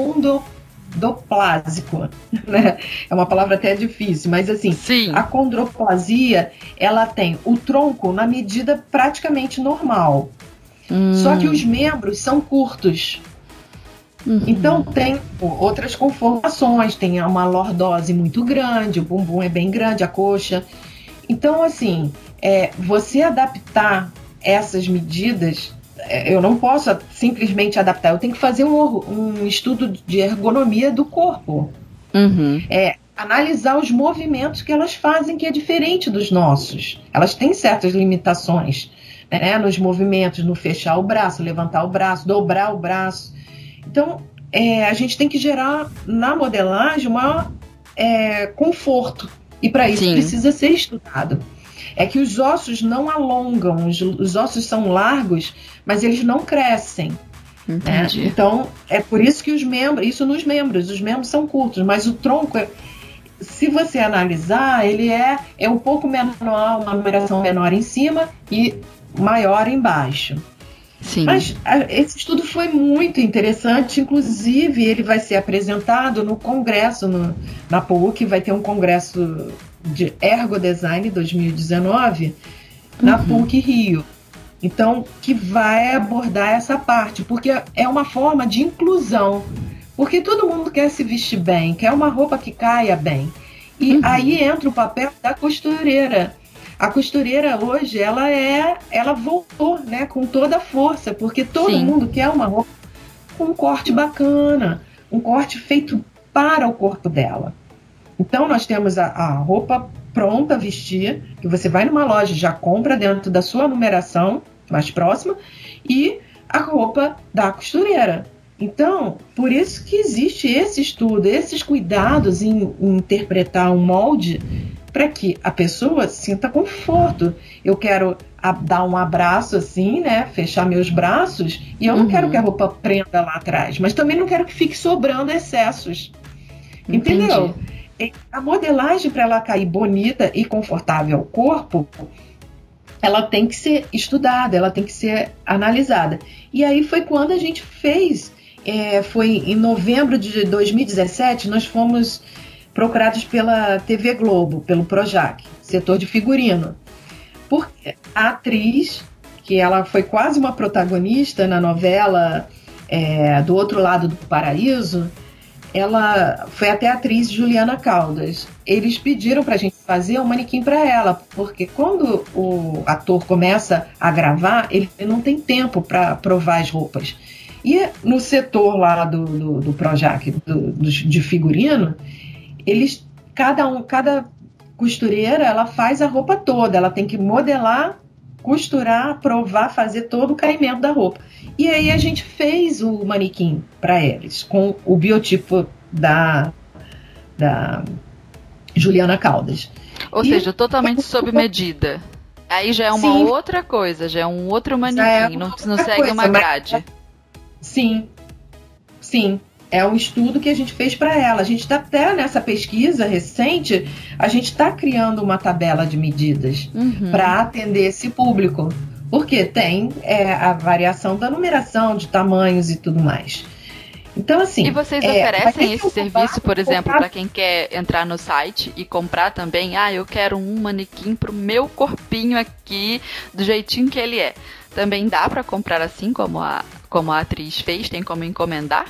acondroplásico, né? É uma palavra até difícil, mas assim, Sim. a acondroplasia, ela tem o tronco na medida praticamente normal. Hum. Só que os membros são curtos. Uhum. Então tem outras conformações, tem uma lordose muito grande, o bumbum é bem grande, a coxa. Então, assim, é, você adaptar essas medidas, é, eu não posso simplesmente adaptar, eu tenho que fazer um, um estudo de ergonomia do corpo. Uhum. É, analisar os movimentos que elas fazem, que é diferente dos nossos. Elas têm certas limitações, né, nos movimentos, no fechar o braço, levantar o braço, dobrar o braço. Então, é, a gente tem que gerar na modelagem um maior é, conforto. E para isso Sim. precisa ser estudado. É que os ossos não alongam, os, os ossos são largos, mas eles não crescem. Né? Então, é por isso que os membros, isso nos membros, os membros são curtos, mas o tronco, é, se você analisar, ele é, é um pouco menor, uma numeração menor em cima e maior embaixo. Sim. Mas a, esse estudo foi muito interessante, inclusive ele vai ser apresentado no congresso, no, na P U C, vai ter um congresso de Ergodesign dois mil e dezenove, na uhum. P U C Rio. Então, que vai abordar essa parte, porque é uma forma de inclusão, porque todo mundo quer se vestir bem, quer uma roupa que caia bem. E uhum. aí entra o papel da costureira. A costureira hoje, ela é, ela voltou, né, com toda a força, porque todo Sim. mundo quer uma roupa com um corte bacana, um corte feito para o corpo dela. Então, nós temos a, a roupa pronta a vestir, que você vai numa loja, já compra dentro da sua numeração mais próxima, e a roupa da costureira. Então, por isso que existe esse estudo, esses cuidados em, em interpretar um molde para que a pessoa sinta conforto. Eu quero a, dar um abraço assim, né? Fechar meus braços, e eu não uhum. quero que a roupa prenda lá atrás, mas também não quero que fique sobrando excessos. Entendi. Entendeu? A modelagem, para ela cair bonita e confortável ao corpo, ela tem que ser estudada, ela tem que ser analisada. E aí foi quando a gente fez, é, foi em novembro de dois mil e dezessete, nós fomos procurados pela T V Globo, pelo Projac, setor de figurino. Porque a atriz, que ela foi quase uma protagonista na novela é, Do Outro Lado do Paraíso, ela foi até a atriz Juliana Caldas. Eles pediram pra gente fazer um manequim para ela, porque quando o ator começa a gravar, ele não tem tempo para provar as roupas. E no setor lá do, do, do Projac, do, do, de figurino, eles, cada, um, cada costureira, ela faz a roupa toda, ela tem que modelar, costurar, provar, fazer todo o caimento da roupa. E aí a gente fez o manequim para eles, com o biotipo da, da Juliana Caldas. Ou e seja, totalmente sob medida. Aí já é uma Sim. outra coisa, já é um outro manequim, é não, não segue coisa, uma grade. Mas... Sim, sim. É um estudo que a gente fez para ela. A gente está até nessa pesquisa recente, a gente está criando uma tabela de medidas uhum. para atender esse público. Porque tem é, a variação da numeração, de tamanhos e tudo mais. Então, assim... E vocês é, oferecem esse serviço, por exemplo, para quem quer entrar no site e comprar também? Ah, eu quero um manequim pro meu corpinho aqui, do jeitinho que ele é. Também dá para comprar assim, como a, como a atriz fez? Tem como encomendar?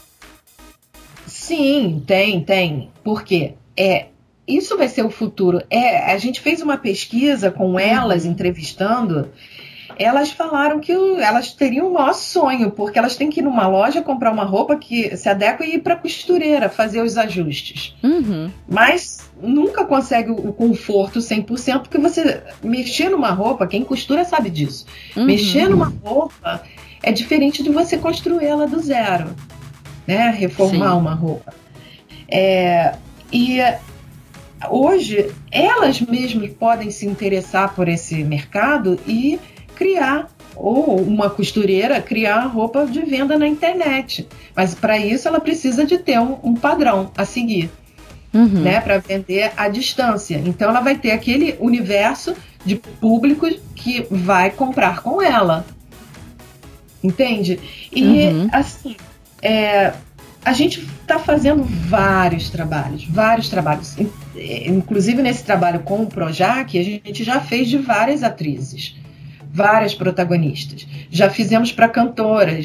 Sim, tem, tem. Por quê? É, isso vai ser o futuro. É, a gente fez uma pesquisa com elas, uhum. entrevistando. Elas falaram que elas teriam o maior sonho, porque elas têm que ir numa loja comprar uma roupa que se adequa e ir para a costureira fazer os ajustes. Uhum. Mas nunca consegue o conforto cem por cento, porque você mexer numa roupa, quem costura sabe disso. Uhum. Mexer numa roupa é diferente de você construir ela do zero, né? Reformar Sim. uma roupa. É, e hoje elas mesmas podem se interessar por esse mercado e criar, ou uma costureira criar roupa de venda na internet. Mas para isso ela precisa de ter um, um padrão a seguir, uhum. né, para vender à distância. Então ela vai ter aquele universo de público que vai comprar com ela. Entende? E uhum. assim, é, a gente está fazendo vários trabalhos, vários trabalhos. Inclusive nesse trabalho com o Projac, a gente já fez de várias atrizes, várias protagonistas. Já fizemos para cantoras,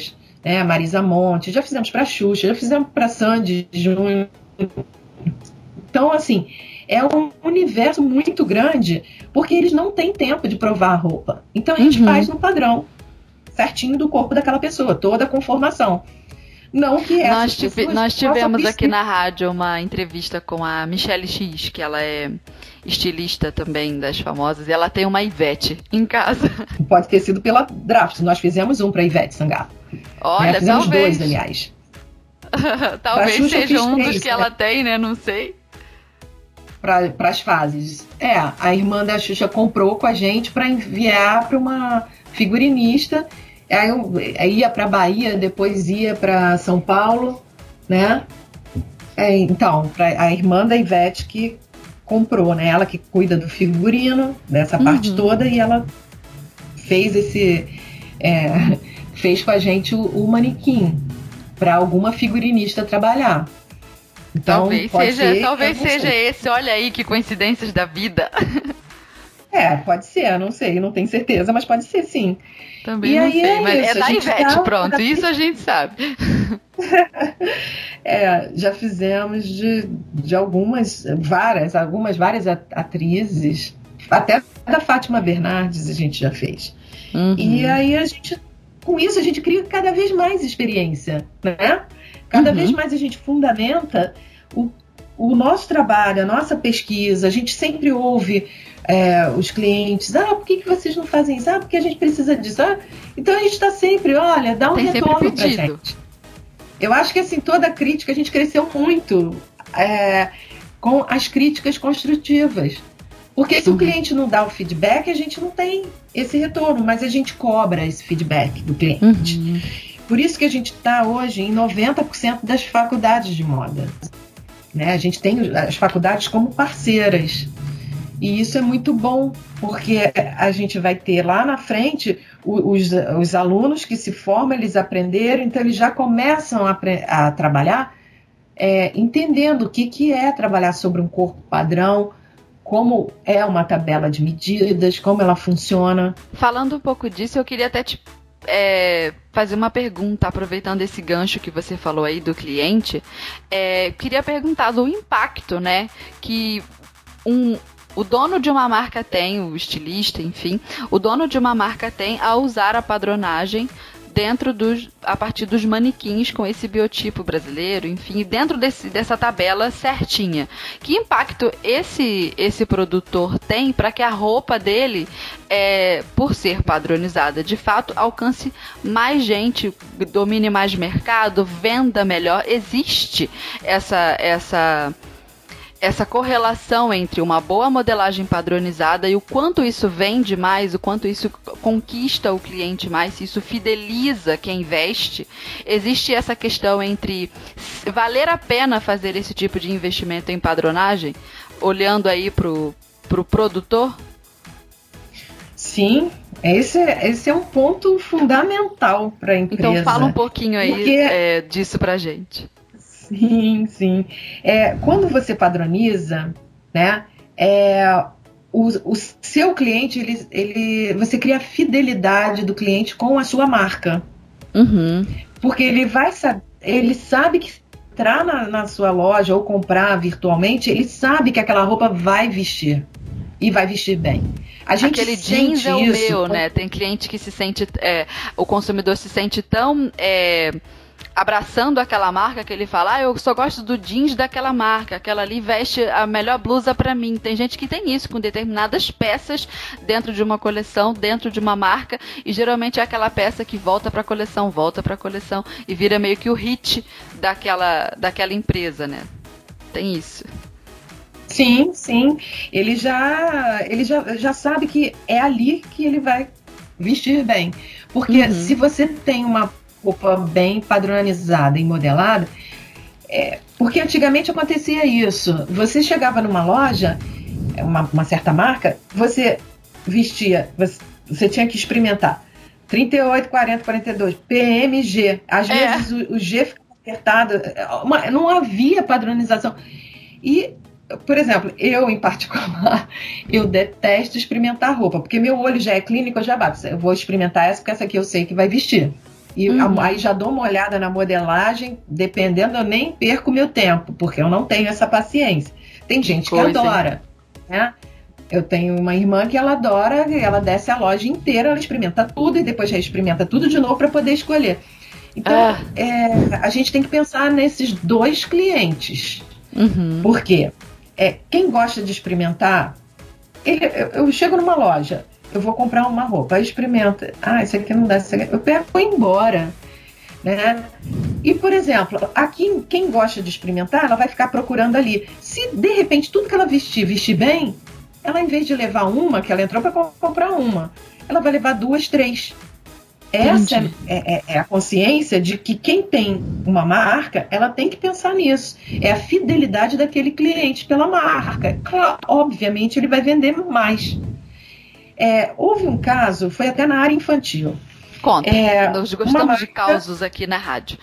né? Marisa Monte, já fizemos para Xuxa, já fizemos para Sandy Júnior. Então, assim, é um universo muito grande, porque eles não têm tempo de provar a roupa. Então a gente uhum. faz no padrão certinho do corpo daquela pessoa, toda a conformação. Não que essas nós, tive, pessoas nós tivemos aqui na rádio uma entrevista com a Michelle X, que ela é estilista também das famosas, e ela tem uma Ivete em casa. Pode ter sido pela Draft, nós fizemos um para Ivete Sangalo. Olha, né? Fizemos talvez. dois, aliás. Talvez Xuxa, seja um três, dos que né? ela tem, né? Não sei. Para as fases. É, a irmã da Xuxa comprou com a gente para enviar para uma figurinista. Aí eu, aí ia para Bahia, depois ia para São Paulo, né? É, então, pra, a irmã da Ivete que comprou, né? Ela que cuida do figurino, dessa uhum. parte toda, e ela fez esse... É, fez com a gente o, o manequim para alguma figurinista trabalhar. Então, talvez pode seja, ser, talvez seja esse, olha aí que coincidências da vida. É, pode ser, não sei, não tenho certeza, mas pode ser sim. Também e não aí sei, é mas isso, é da Ivete, dá, pronto, dá... isso a gente sabe. É, já fizemos de, de algumas, várias, algumas várias atrizes, até da Fátima Bernardes a gente já fez. Uhum. E aí a gente, com isso a gente cria cada vez mais experiência, né? Cada uhum. vez mais a gente fundamenta o, o nosso trabalho, a nossa pesquisa, a gente sempre ouve é, os clientes, ah, por que, que vocês não fazem isso? Ah, porque a gente precisa disso. Ah, então a gente está sempre, olha, dá um Tem retorno pra gente. Eu acho que assim, toda a crítica, a gente cresceu muito é, com as críticas construtivas. Porque se uhum. o cliente não dá o feedback, a gente não tem esse retorno, mas a gente cobra esse feedback do cliente. Uhum. Por isso que a gente está hoje em noventa por cento das faculdades de moda. Né? A gente tem as faculdades como parceiras. E isso é muito bom, porque a gente vai ter lá na frente os, os alunos que se formam, eles aprenderam, então eles já começam a, a trabalhar é, entendendo o que, que é trabalhar sobre um corpo padrão, como é uma tabela de medidas, como ela funciona. Falando um pouco disso, eu queria até te é, fazer uma pergunta, aproveitando esse gancho que você falou aí do cliente. É, queria perguntar do impacto, né, que um... o dono de uma marca tem, o estilista, enfim, o dono de uma marca tem ao usar a padronagem dentro dos, a partir dos manequins com esse biotipo brasileiro, enfim, dentro desse, dessa tabela certinha. Que impacto esse, esse produtor tem para que a roupa dele, é, por ser padronizada, de fato, alcance mais gente, domine mais mercado, venda melhor? Existe essa... essa essa correlação entre uma boa modelagem padronizada e o quanto isso vende mais, o quanto isso conquista o cliente mais, se isso fideliza quem veste. Existe essa questão entre valer a pena fazer esse tipo de investimento em padronagem, olhando aí pro, pro produtor? Sim, esse, esse é um ponto fundamental para a empresa. Então fala um pouquinho aí porque... é, disso pra gente. Sim, sim. É, quando você padroniza, né, é, o, o seu cliente, ele, ele, você cria a fidelidade do cliente com a sua marca. Uhum. Porque ele vai saber, ele sabe que entrar na, na sua loja ou comprar virtualmente, ele sabe que aquela roupa vai vestir. E vai vestir bem. A gente Aquele jeans é o isso, meu, né? Tem cliente que se sente, é, o consumidor se sente tão... É, abraçando aquela marca que ele fala, ah, eu só gosto do jeans daquela marca, aquela ali veste a melhor blusa pra mim. Tem gente que tem isso com determinadas peças dentro de uma coleção, dentro de uma marca, e geralmente é aquela peça que volta pra coleção, volta pra coleção e vira meio que o hit daquela, daquela empresa, né? Tem isso. Sim, sim. Ele já, ele já, já sabe que é ali que ele vai vestir bem. Porque uhum. se você tem uma roupa bem padronizada e modelada, é, porque antigamente acontecia isso. Você chegava numa loja, uma, uma certa marca, você vestia, você, você tinha que experimentar trinta e oito, quarenta, quarenta e dois, P M G. Às é. vezes o, o G ficava apertado, uma, não havia padronização. E, por exemplo, eu em particular, eu detesto experimentar roupa, porque meu olho já é clínico, eu já bato. Eu vou experimentar essa, porque essa aqui eu sei que vai vestir. E Uhum. aí já dou uma olhada na modelagem, dependendo, eu nem perco meu tempo, porque eu não tenho essa paciência. Tem gente que Coisa, adora, né? Eu tenho uma irmã que ela adora, ela desce a loja inteira, ela experimenta tudo e depois já experimenta tudo de novo para poder escolher. Então, Ah. é, a gente tem que pensar nesses dois clientes. Uhum. Por quê? É, quem gosta de experimentar, ele, eu, eu chego numa loja, eu vou comprar uma roupa, aí experimenta. Ah, isso aqui não dá, isso aqui... eu pego e vou embora. Né? E, por exemplo, aqui quem gosta de experimentar, ela vai ficar procurando ali. Se, de repente, tudo que ela vestir, vestir bem, ela, em vez de levar uma, que ela entrou para comprar uma, ela vai levar duas, três. Essa é, é, é a consciência de que quem tem uma marca, ela tem que pensar nisso. É a fidelidade daquele cliente pela marca. Claro, obviamente, ele vai vender mais. É, houve um caso, foi até na área infantil. Conta, É, nós gostamos marca... de causos aqui na rádio.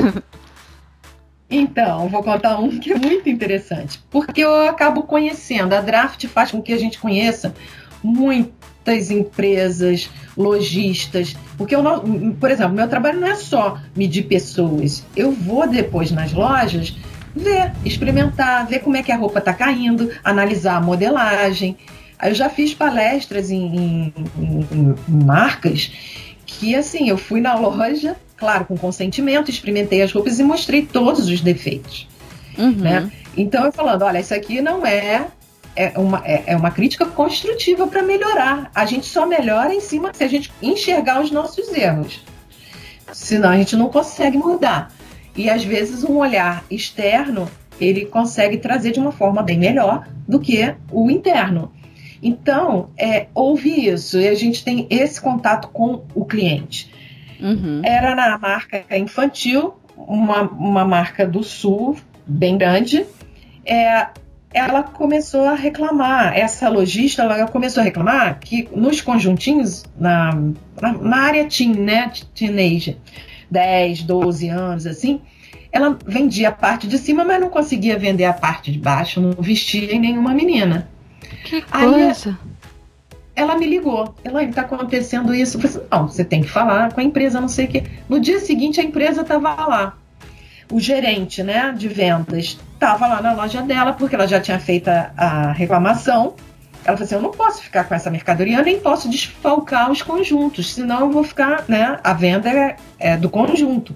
Então, vou contar um que é muito interessante, porque eu acabo conhecendo. A Draft faz com que a gente conheça muitas empresas, lojistas, porque eu não, por exemplo, meu trabalho não é só medir pessoas. Eu vou depois nas lojas ver, experimentar, ver como é que a roupa está caindo, analisar a modelagem. Eu já fiz palestras em, em, em marcas que, assim, eu fui na loja, claro, com consentimento, experimentei as roupas e mostrei todos os defeitos. Uhum. Né? Então, eu falando, olha, isso aqui não é, é, uma, é, é uma crítica construtiva para melhorar. A gente só melhora em cima se a gente enxergar os nossos erros. Senão a gente não consegue mudar. E, às vezes, um olhar externo, ele consegue trazer de uma forma bem melhor do que o interno. Então, é, houve isso, e a gente tem esse contato com o cliente. Uhum. Era na marca infantil, uma, uma marca do Sul, bem grande. É, ela começou a reclamar, essa lojista ela começou a reclamar que nos conjuntinhos, na, na, na área teen, né, teenager, dez, doze anos, assim, ela vendia a parte de cima, mas não conseguia vender a parte de baixo, não vestia em nenhuma menina. Que coisa. Aí, ela me ligou. Ela, está acontecendo isso. Eu falei assim, não, você tem que falar com a empresa, não sei o quê. No dia seguinte, a empresa estava lá. O gerente, né, de vendas estava lá na loja dela, porque ela já tinha feito a, a reclamação. Ela falou assim, eu não posso ficar com essa mercadoria, eu nem posso desfalcar os conjuntos, senão eu vou ficar, né, a venda é, é do conjunto.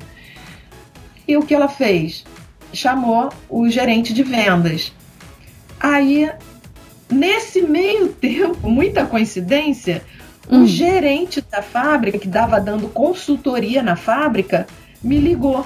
E o que ela fez? Chamou o gerente de vendas. Aí... Nesse meio tempo, muita coincidência, hum. o gerente da fábrica, que estava dando consultoria na fábrica, me ligou.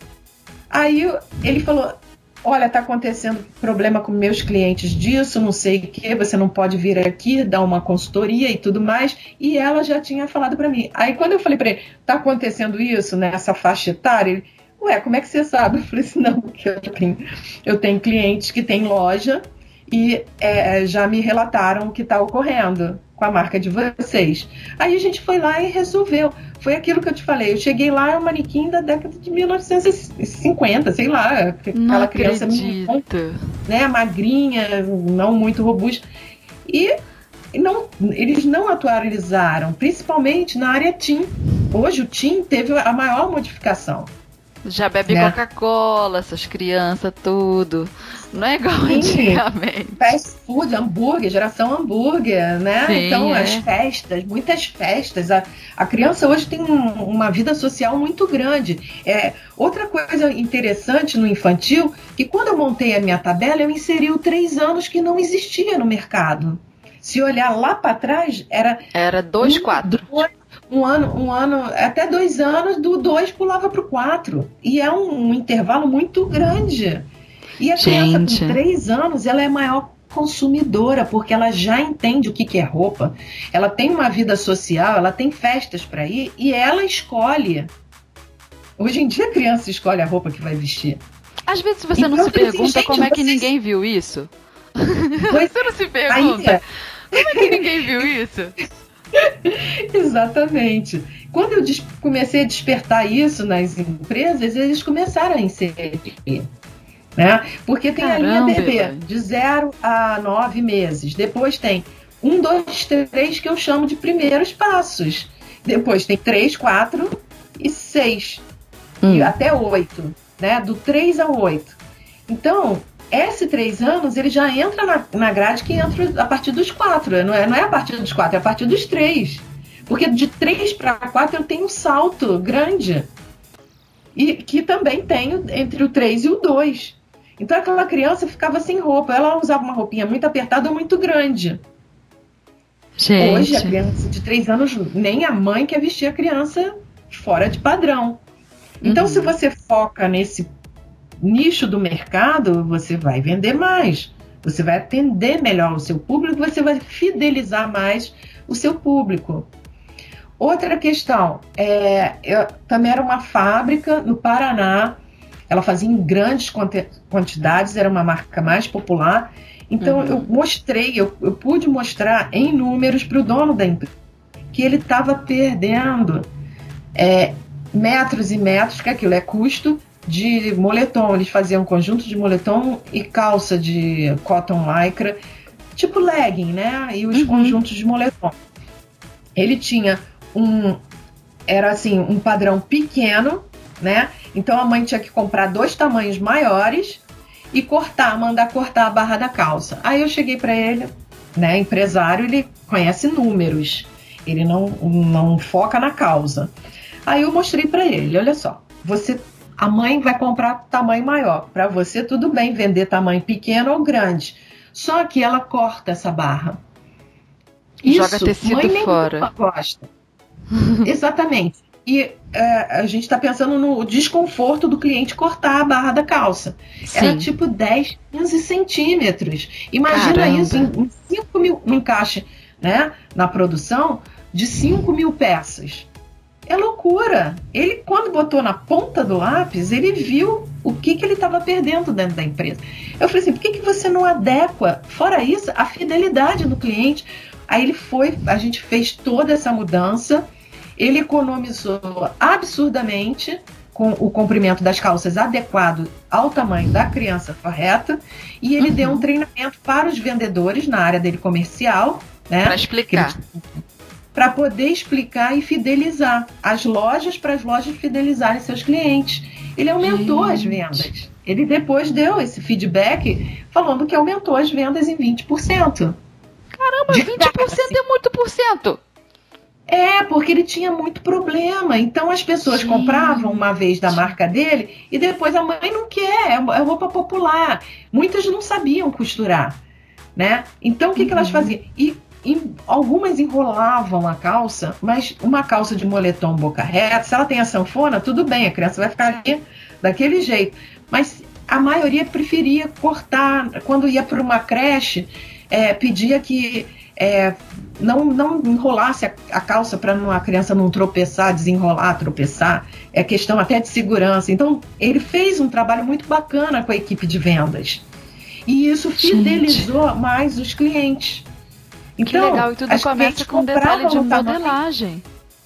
Aí ele falou, olha, está acontecendo problema com meus clientes disso, não sei o que, você não pode vir aqui dar uma consultoria e tudo mais. E ela já tinha falado para mim. Aí quando eu falei para ele, está acontecendo isso nessa faixa etária? Ele, ué, como é que você sabe? Eu falei assim, não, porque eu tenho, eu tenho clientes que têm loja, e é, já me relataram o que está ocorrendo com a marca de vocês. Aí a gente foi lá e resolveu. Foi aquilo que eu te falei. Eu cheguei lá, é um manequim da década de mil novecentos e cinquenta, sei lá. Aquela não criança acredito. Né, magrinha, não muito robusta. E não, eles não atualizaram, principalmente na área teen. Hoje o teen teve a maior modificação. Já bebe né? Coca-Cola, essas crianças, tudo. Não é igual Sim. antigamente. Fast food, hambúrguer, geração hambúrguer, né? Sim, então, é. as festas, muitas festas. A, a criança hoje tem um, uma vida social muito grande. É, outra coisa interessante no infantil, que quando eu montei a minha tabela, eu inseri o três anos que não existia no mercado. Se olhar lá para trás, era... Era dois, um, quatro. Dois, Um ano, um ano, até dois anos, do dois pulava para o quatro. E é um, um intervalo muito grande. E a criança Gente. com três anos, ela é a maior consumidora, porque ela já entende o que, que é roupa. Ela tem uma vida social, ela tem festas para ir e ela escolhe. Hoje em dia a criança escolhe a roupa que vai vestir. Às vezes você então, não se pergunta assim, como gente, é que vocês... ninguém viu isso. Pois... Você não se pergunta Aí... como é que ninguém viu isso? Exatamente. Quando eu des- comecei a despertar isso nas empresas, eles começaram a inserir, né? Porque tem Caramba, a linha bebê de zero a nove meses. Depois tem um, dois, três, que eu chamo de primeiros passos. Depois tem três, quatro e seis, hum. e até oito, né? Do três ao oito. Então, esse três anos, ele já entra na, na grade que entra a partir dos quatro. Não é, não é a partir dos quatro, é a partir dos três. Porque de três para quatro eu tenho um salto grande. E que também tenho entre o três e o dois. Então aquela criança ficava sem roupa. Ela usava uma roupinha muito apertada ou muito grande. Gente. Hoje a criança de três anos, nem a mãe quer vestir a criança fora de padrão. Então, uhum. se você foca nesse nicho do mercado, você vai vender mais. Você vai atender melhor o seu público, você vai fidelizar mais o seu público. Outra questão, é, eu, também era uma fábrica no Paraná, ela fazia em grandes quantidades, era uma marca mais popular. Então, uhum. eu mostrei, eu, eu pude mostrar em números para o dono da empresa que ele estava perdendo é, metros e metros, que aquilo é custo, de moletom. Eles faziam um conjunto de moletom e calça de cotton lycra, tipo legging, né? E os uhum. conjuntos de moletom. Ele tinha um, era assim, um padrão pequeno, né? Então a mãe tinha que comprar dois tamanhos maiores e cortar, mandar cortar a barra da calça. Aí eu cheguei para ele, né, empresário, ele conhece números, ele não, não foca na causa. Aí eu mostrei para ele, olha só, você, a mãe vai comprar tamanho maior, para você tudo bem vender tamanho pequeno ou grande, só que ela corta essa barra. Joga Isso, tecido mãe nem fora. Gosta. Exatamente. E é, a gente está pensando no desconforto do cliente cortar a barra da calça. Sim. Era tipo dez, quinze centímetros. Imagina Caramba. Isso em, em cinco mil, um encaixe, né, na produção de cinco mil peças. É loucura. Ele, quando botou na ponta do lápis, ele viu o que, que ele estava perdendo dentro da empresa. Eu falei assim, por que, que você não adequa, fora isso, a fidelidade do cliente? Aí ele foi, a gente fez toda essa mudança. Ele economizou absurdamente com o comprimento das calças adequado ao tamanho da criança correta, e ele uhum. deu um treinamento para os vendedores na área dele comercial, né? Para explicar. Para poder explicar e fidelizar as lojas, para as lojas fidelizarem seus clientes. Ele aumentou Gente. as vendas. Ele depois deu esse feedback falando que aumentou as vendas em vinte por cento. Caramba, vinte por cento é muito por cento. É, porque ele tinha muito problema. Então as pessoas Sim. compravam uma vez da marca dele e depois a mãe não quer, é roupa popular. Muitas não sabiam costurar, né? Então o que, uhum. que elas faziam? E, e algumas enrolavam a calça, mas uma calça de moletom boca reta, se ela tem a sanfona, tudo bem, a criança vai ficar ali daquele jeito. Mas a maioria preferia cortar. Quando ia para uma creche, é, pedia que... É, não, não enrolasse a, a calça para a criança não tropeçar, desenrolar, tropeçar. É questão até de segurança. Então, ele fez um trabalho muito bacana com a equipe de vendas. E isso fidelizou Gente. mais os clientes. Então, que legal, e tudo começa com um detalhe de modelagem.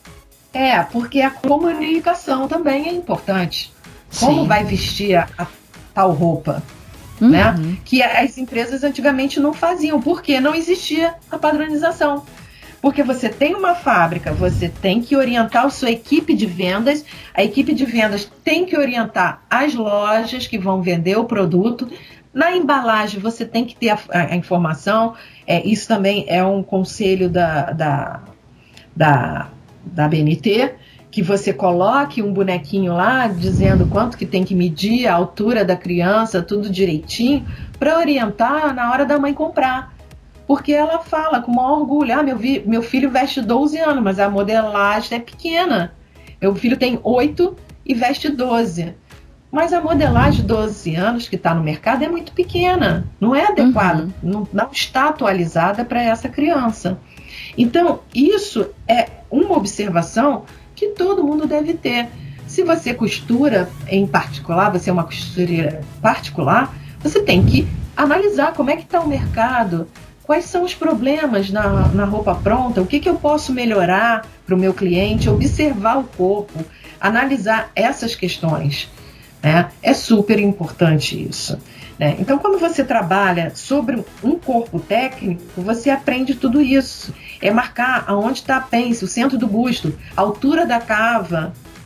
É, porque a comunicação também é importante. Como Sim. vai vestir a, a tal roupa? Uhum. Né? Que as empresas antigamente não faziam, porque não existia a padronização. Porque você tem uma fábrica, você tem que orientar a sua equipe de vendas, a equipe de vendas tem que orientar as lojas que vão vender o produto. Na embalagem você tem que ter a, a, a informação, é, isso também é um conselho da, da, da, da B N T, que você coloque um bonequinho lá dizendo quanto que tem que medir, a altura da criança, tudo direitinho, para orientar na hora da mãe comprar. Porque ela fala com o maior orgulho, ah, meu, vi, meu filho veste doze anos, mas a modelagem é pequena. Meu filho tem oito e veste doze. Mas a modelagem de doze anos que está no mercado é muito pequena, não é adequada, uhum. não, não está atualizada para essa criança. Então, isso é uma observação que todo mundo deve ter. Se você costura em particular, você é uma costureira particular, você tem que analisar como é que está o mercado, quais são os problemas na, na roupa pronta, o que, que eu posso melhorar para o meu cliente, observar o corpo, analisar essas questões. Né? É super importante isso. Né? Então, quando você trabalha sobre um corpo técnico, você aprende tudo isso. É marcar aonde está a pence, o centro do busto, a altura da cava,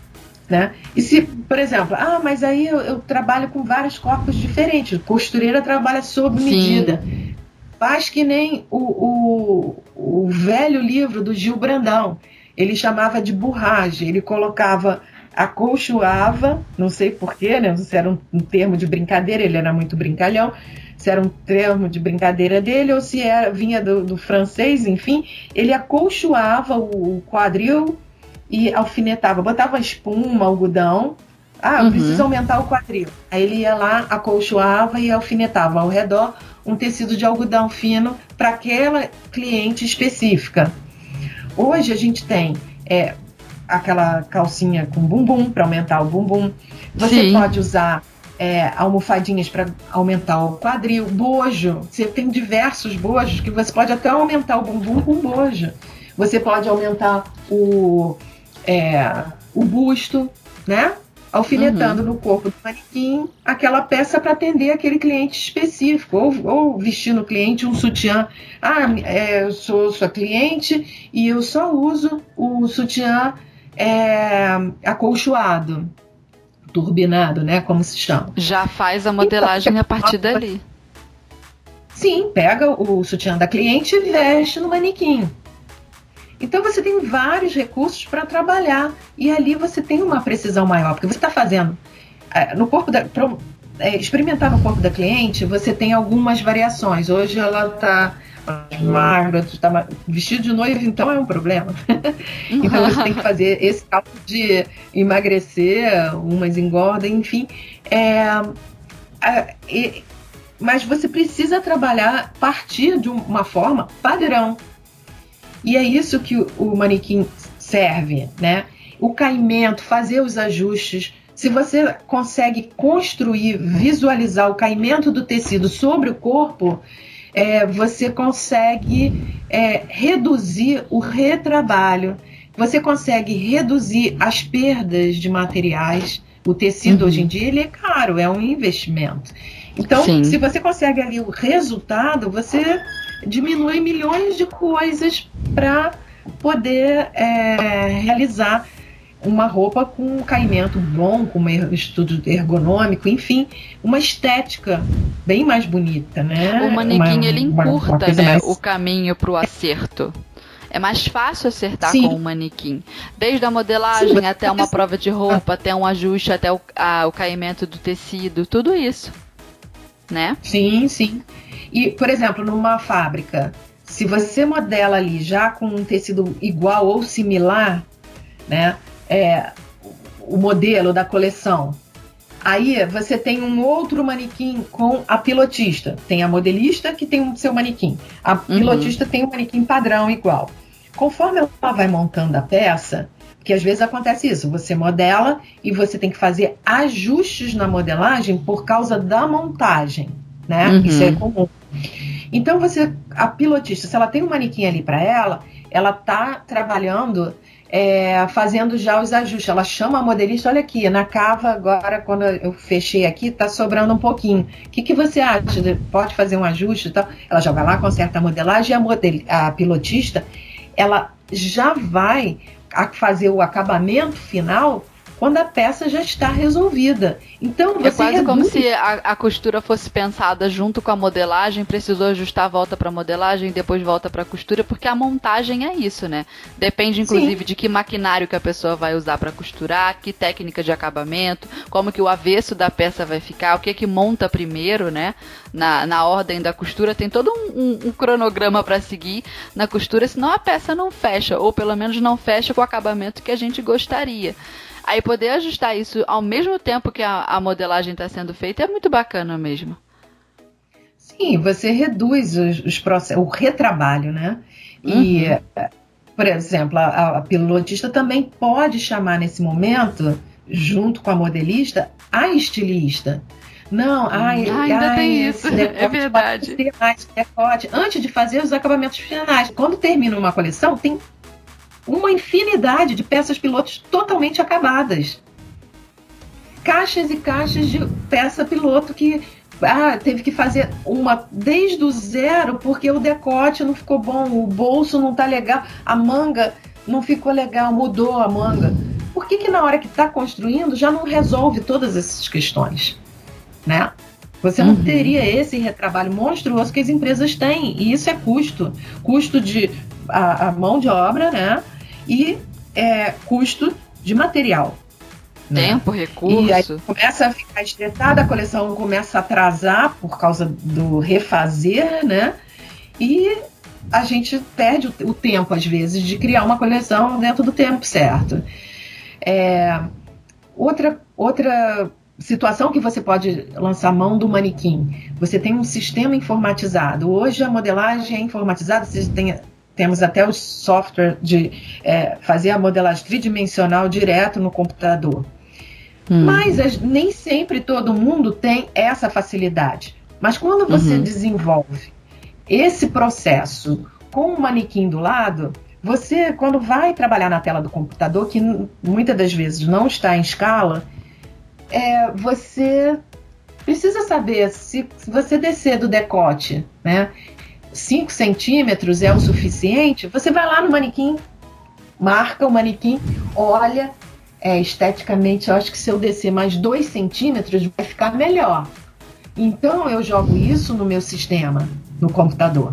né? E se, por exemplo, ah, mas aí eu, eu trabalho com vários corpos diferentes, costureira trabalha sob medida. Sim. Faz que nem o, o, o velho livro do Gil Brandão, ele chamava de burragem, ele colocava, acolchoava, não sei porquê, né? Se era um, um termo de brincadeira, ele era muito brincalhão, se era um termo de brincadeira dele ou se era, vinha do, do francês, enfim, ele acolchoava o, o quadril e alfinetava, botava espuma, algodão, ah, uhum. Precisa aumentar o quadril. Aí ele ia lá, acolchoava e alfinetava ao redor um tecido de algodão fino para aquela cliente específica. Hoje a gente tem é, aquela calcinha com bumbum para aumentar o bumbum. Você Sim. pode usar é, almofadinhas para aumentar o quadril, bojo. Você tem diversos bojos que você pode até aumentar o bumbum com bojo. Você pode aumentar o, é, o busto, né? Alfinetando uhum. no corpo do manequim aquela peça para atender aquele cliente específico, ou, ou vestir no cliente um sutiã. Ah, é, eu sou sua cliente e eu só uso o sutiã é, acolchoado, turbinado, né, como se chama. Já faz a modelagem então, a partir dali. Sim, pega o sutiã da cliente e veste no manequim. Então você tem vários recursos para trabalhar e ali você tem uma precisão maior, porque você está fazendo no corpo da, pro, é, experimentar no corpo da cliente, você tem algumas variações. Hoje ela está magra, está vestida de noiva, então é um problema. Então você tem que fazer esse cálculo de emagrecer, umas engordam, enfim. É, é, é, mas você precisa trabalhar a partir de uma forma padrão. E é isso que o manequim serve, né? O caimento, fazer os ajustes. Se você consegue construir, visualizar o caimento do tecido sobre o corpo, é, você consegue é, reduzir o retrabalho, você consegue reduzir as perdas de materiais. O tecido uhum. hoje em dia ele é caro, é um investimento. Então, Sim. se você consegue ali o resultado, você diminui milhões de coisas para poder é, realizar uma roupa com um caimento bom, com um estudo ergonômico, enfim, uma estética bem mais bonita, né? O manequim, uma, ele encurta uma, uma né, mais... o caminho para o acerto. É mais fácil acertar Sim. com o manequim. Desde a modelagem Sim, até uma prova de roupa, até um ajuste, até o, a, o caimento do tecido, tudo isso, né? Sim, sim. E, por exemplo, numa fábrica, se você modela ali já com um tecido igual ou similar, né, é, o modelo da coleção, aí você tem um outro manequim com a pilotista. Tem a modelista que tem o seu manequim. A pilotista uhum. tem um manequim padrão igual. Conforme ela vai montando a peça, porque às vezes acontece isso, você modela e você tem que fazer ajustes na modelagem por causa da montagem, né? Uhum. Isso é comum. Então você, a pilotista, se ela tem um manequim ali para ela, ela tá trabalhando, é, fazendo já os ajustes. Ela chama a modelista, olha aqui, na cava agora, quando eu fechei aqui, tá sobrando um pouquinho. O que, que você acha? Pode fazer um ajuste e tal? Ela já vai lá, conserta a modelagem e a, model, a pilotista, ela já vai fazer o acabamento final quando a peça já está resolvida. Então, você é quase reduz... como se a, a costura fosse pensada junto com a modelagem, precisou ajustar, volta para a modelagem, depois volta para a costura, porque a montagem é isso, né? Depende, inclusive, Sim. de que maquinário que a pessoa vai usar para costurar, que técnica de acabamento, como que o avesso da peça vai ficar, o que é que monta primeiro, né? Na, na ordem da costura, tem todo um, um, um cronograma para seguir na costura, senão a peça não fecha, ou pelo menos não fecha com o acabamento que a gente gostaria. Aí poder ajustar isso ao mesmo tempo que a, a modelagem está sendo feita é muito bacana mesmo. Sim, você reduz os, os processos, o retrabalho, né? E, uhum. por exemplo, a, a pilotista também pode chamar nesse momento, junto com a modelista, a estilista. Não, ai, ah, ainda ai, tem isso, é verdade. Mais decote, antes de fazer os acabamentos finais. Quando termina uma coleção, tem uma infinidade de peças pilotos totalmente acabadas. Caixas e caixas de peça piloto que ah, teve que fazer uma desde o zero porque o decote não ficou bom, o bolso não tá legal, a manga não ficou legal, mudou a manga. por que que na hora que está construindo já não resolve todas essas questões, né? Você não uhum. teria esse retrabalho monstruoso que as empresas têm, e isso é custo, custo de a, a mão de obra, né? E é, custo de material. Tempo, né? Recurso. E aí começa a ficar estressada, a coleção começa a atrasar por causa do refazer, né? E a gente perde o, o tempo, às vezes, de criar uma coleção dentro do tempo certo. É, outra, outra situação que você pode lançar mão do manequim. Você tem um sistema informatizado. Hoje a modelagem é informatizada, você tem... Temos até o software de é, fazer a modelagem tridimensional direto no computador. Hum. Mas as, nem sempre todo mundo tem essa facilidade. Mas quando você uhum. desenvolve esse processo com o manequim do lado, você, quando vai trabalhar na tela do computador, que muitas das vezes não está em escala, é, você precisa saber se, se você descer do decote, né? cinco centímetros é o suficiente, você vai lá no manequim, marca o manequim, olha, é, esteticamente eu acho que se eu descer mais dois centímetros vai ficar melhor. Então eu jogo isso no meu sistema, no computador,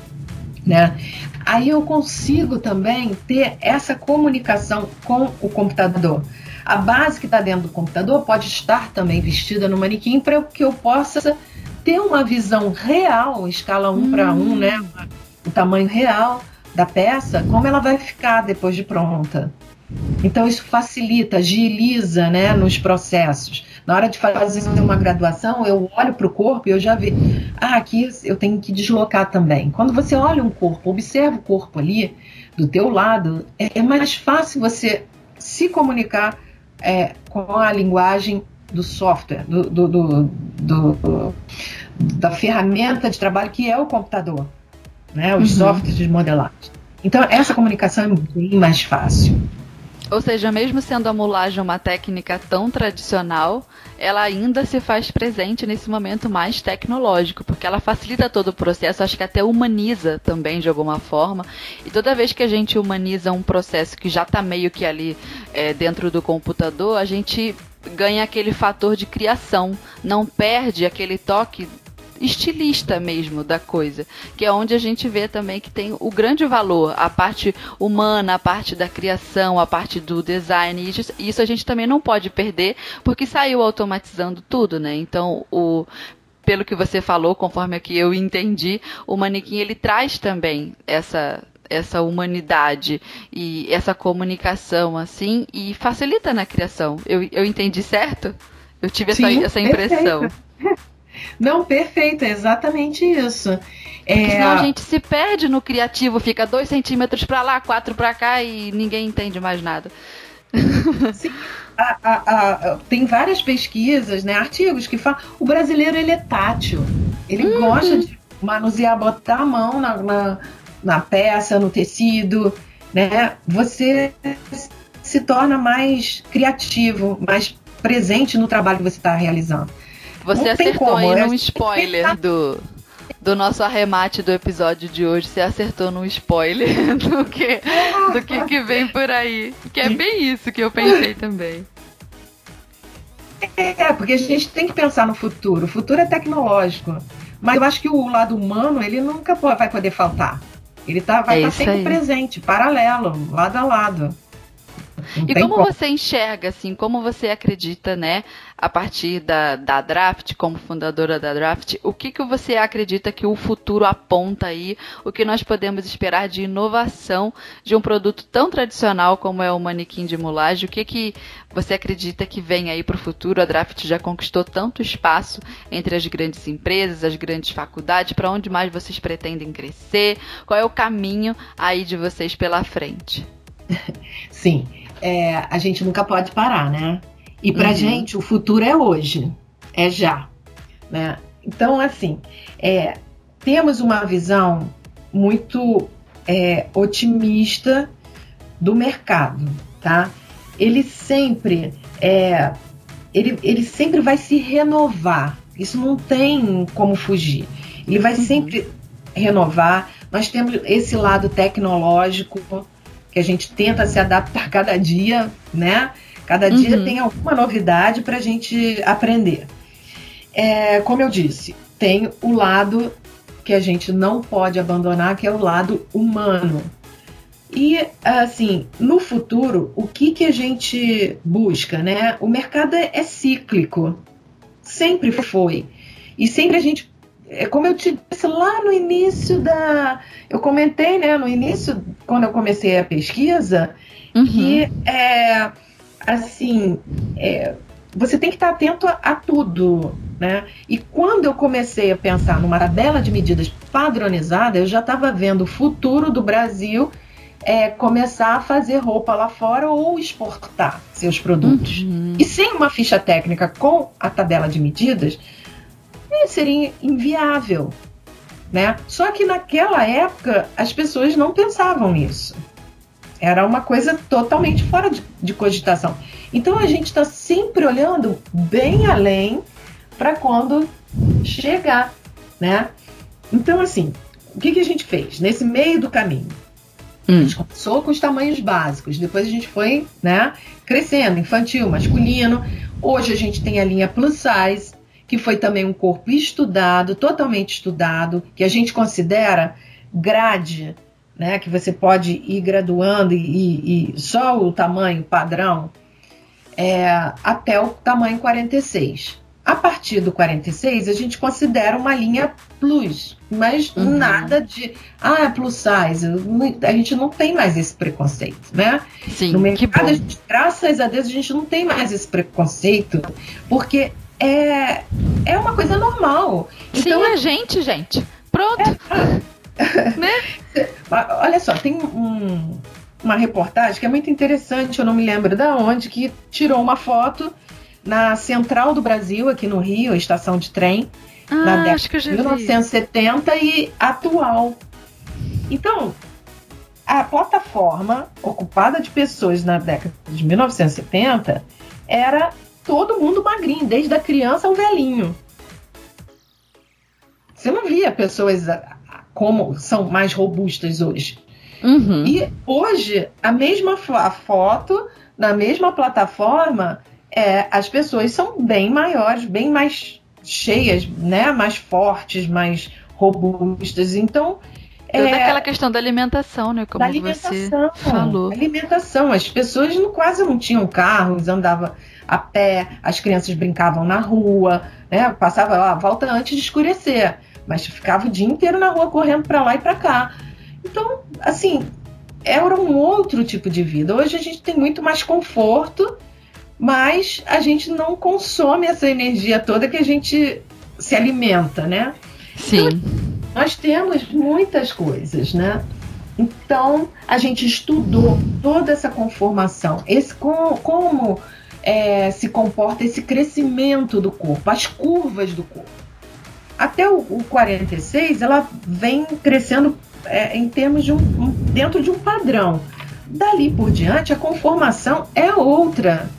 né? Aí eu consigo também ter essa comunicação com o computador. A base que está dentro do computador pode estar também vestida no manequim para que eu possa ter uma visão real, escala um para um, né? O tamanho real da peça, como ela vai ficar depois de pronta. Então isso facilita, agiliza, né, nos processos. Na hora de fazer uma graduação, eu olho para o corpo e eu já vejo, ah, aqui eu tenho que deslocar também. Quando você olha um corpo, observa o corpo ali, do teu lado, é, é mais fácil você se comunicar é, com a linguagem do software, do, do, do, do, da ferramenta de trabalho que é o computador, né? Os uhum. softwares de modelagem. Então essa comunicação é bem mais fácil. Ou seja, mesmo sendo a mulagem uma técnica tão tradicional, ela ainda se faz presente nesse momento mais tecnológico, porque ela facilita todo o processo, acho que até humaniza também de alguma forma. E toda vez que a gente humaniza um processo que já está meio que ali é, dentro do computador, a gente ganha aquele fator de criação, não perde aquele toque estilista mesmo da coisa, que é onde a gente vê também que tem o grande valor, a parte humana, a parte da criação, a parte do design, e isso, isso a gente também não pode perder, porque saiu automatizando tudo, né? Então, o, pelo que você falou, conforme aqui eu entendi, o manequim ele traz também essa essa humanidade e essa comunicação, assim, e facilita na criação. Eu, eu entendi certo? Eu tive essa, Sim, essa impressão. Perfeito. Não, perfeito, é exatamente isso. É... Porque senão a gente se perde no criativo, fica dois centímetros para lá, quatro para cá e ninguém entende mais nada. Sim, a, a, a, tem várias pesquisas, né, artigos que falam, o brasileiro ele é tátil, ele uhum. gosta de manusear, botar a mão na, na, na peça, no tecido, né? Você se torna mais criativo, mais presente no trabalho que você está realizando. Você Não acertou como, aí é... num spoiler do, do nosso arremate do episódio de hoje. Você acertou num spoiler do que, do que, que vem por aí. Que é bem isso que eu pensei também. É, porque a gente tem que pensar no futuro. O futuro é tecnológico. Mas eu acho que o lado humano, ele nunca vai poder faltar. Ele tá, vai é estar sempre aí. presente, paralelo, lado a lado. Não e como, como você enxerga, assim, como você acredita, né, a partir da, da Draft, como fundadora da Draft, o que, que você acredita que o futuro aponta aí, o que nós podemos esperar de inovação de um produto tão tradicional como é o manequim de mulagem? O que, que você acredita que vem aí para o futuro? A Draft já conquistou tanto espaço entre as grandes empresas, as grandes faculdades, para onde mais vocês pretendem crescer? Qual é o caminho aí de vocês pela frente? Sim. É, a gente nunca pode parar, né? E pra uhum. gente o futuro é hoje, é já, né? Então, assim, é, temos uma visão muito é, otimista do mercado, tá? Ele sempre, é, ele, ele sempre vai se renovar. Isso não tem como fugir. Ele vai uhum. sempre renovar. Nós temos esse lado tecnológico, que a gente tenta se adaptar cada dia, né? Cada dia uhum. tem alguma novidade para a gente aprender. É, como eu disse, tem o lado que a gente não pode abandonar, que é o lado humano. E, assim, no futuro, o que, que a gente busca, né? O mercado é, é cíclico, sempre foi. E sempre a gente, como eu te disse lá no início da... Eu comentei, né, no início, quando eu comecei a pesquisa, uhum. que, é, assim, é, você tem que estar atento a, a tudo, né? E quando eu comecei a pensar numa tabela de medidas padronizada, eu já estava vendo o futuro do Brasil é, começar a fazer roupa lá fora ou exportar seus produtos. Uhum. E sem uma ficha técnica com a tabela de medidas, é, seria inviável, né? Só que naquela época as pessoas não pensavam nisso. Era uma coisa totalmente fora de, de cogitação. Então a gente está sempre olhando bem além para quando chegar, né? Então, assim, o que, que a gente fez nesse meio do caminho? Hum. A gente começou com os tamanhos básicos, depois a gente foi, né, crescendo, infantil, masculino. Hoje a gente tem a linha plus size, que foi também um corpo estudado, totalmente estudado, que a gente considera grade, né, que você pode ir graduando e, e, e só o tamanho padrão é, até o tamanho quarenta e seis. A partir do quarenta e seis, a gente considera uma linha plus, mas uhum. nada de, ah, plus size. A gente não tem mais esse preconceito, né? Sim, no mercado, que bom. A gente, graças a Deus, a gente não tem mais esse preconceito, porque é, é uma coisa normal. Então, sim, a gente, gente. Pronto. É, né? Olha só, tem um, uma reportagem que é muito interessante, eu não me lembro de onde, que tirou uma foto na Central do Brasil, aqui no Rio, a estação de trem, ah, na década acho que eu já de mil novecentos e setenta vi. E atual. Então, a plataforma ocupada de pessoas na década de mil novecentos e setenta era todo mundo magrinho, desde a criança ao velhinho. Você não via pessoas como são mais robustas hoje. Uhum. E hoje, a mesma a foto, na mesma plataforma, é, as pessoas são bem maiores, bem mais cheias, né? Mais fortes, mais robustas. Então, toda é, aquela questão da alimentação, né? Como da alimentação, você falou. Alimentação. As pessoas não, quase não tinham carros, andavam a pé, as crianças brincavam na rua, né? Passava lá, volta antes de escurecer, mas ficava o dia inteiro na rua correndo para lá e para cá. Então, assim, era um outro tipo de vida. Hoje a gente tem muito mais conforto, mas a gente não consome essa energia toda que a gente se alimenta, né? Sim. Então, nós temos muitas coisas, né? Então, a gente estudou toda essa conformação, esse, com, como é, se comporta esse crescimento do corpo, as curvas do corpo. Até o, o quarenta e seis, ela vem crescendo é, em termos de um, um, dentro de um padrão. Dali por diante, a conformação é outra.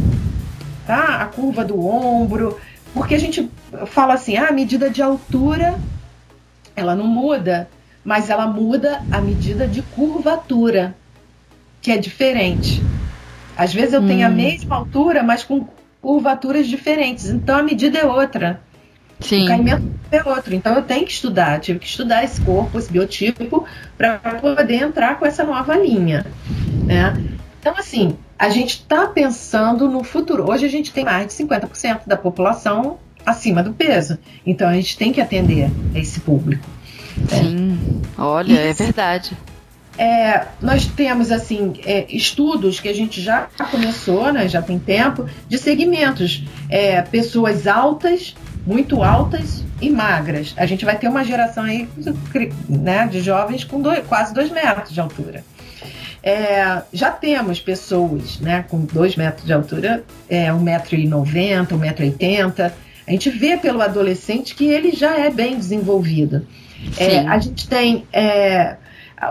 Tá? A curva do ombro, porque a gente fala assim, ah, a medida de altura, ela não muda, mas ela muda a medida de curvatura, que é diferente. Às vezes eu hum. tenho a mesma altura, mas com curvaturas diferentes, então a medida é outra. Sim. O caimento é outro, então eu tenho que estudar, tive que estudar esse corpo, esse biotipo, para poder entrar com essa nova linha, né? Então, assim, a gente está pensando no futuro. Hoje a gente tem mais de cinquenta por cento da população acima do peso. Então, a gente tem que atender esse público. Sim, é. Olha, e, é verdade. É, nós temos, assim, é, estudos que a gente já começou, né, já tem tempo, de segmentos. É, pessoas altas, muito altas e magras. A gente vai ter uma geração aí, né, de jovens com dois, quase dois metros de altura. É, já temos pessoas, né, com dois metros de altura, é, um metro e noventa, um metro e oitenta. A gente vê pelo adolescente que ele já é bem desenvolvido. É, a gente tem é,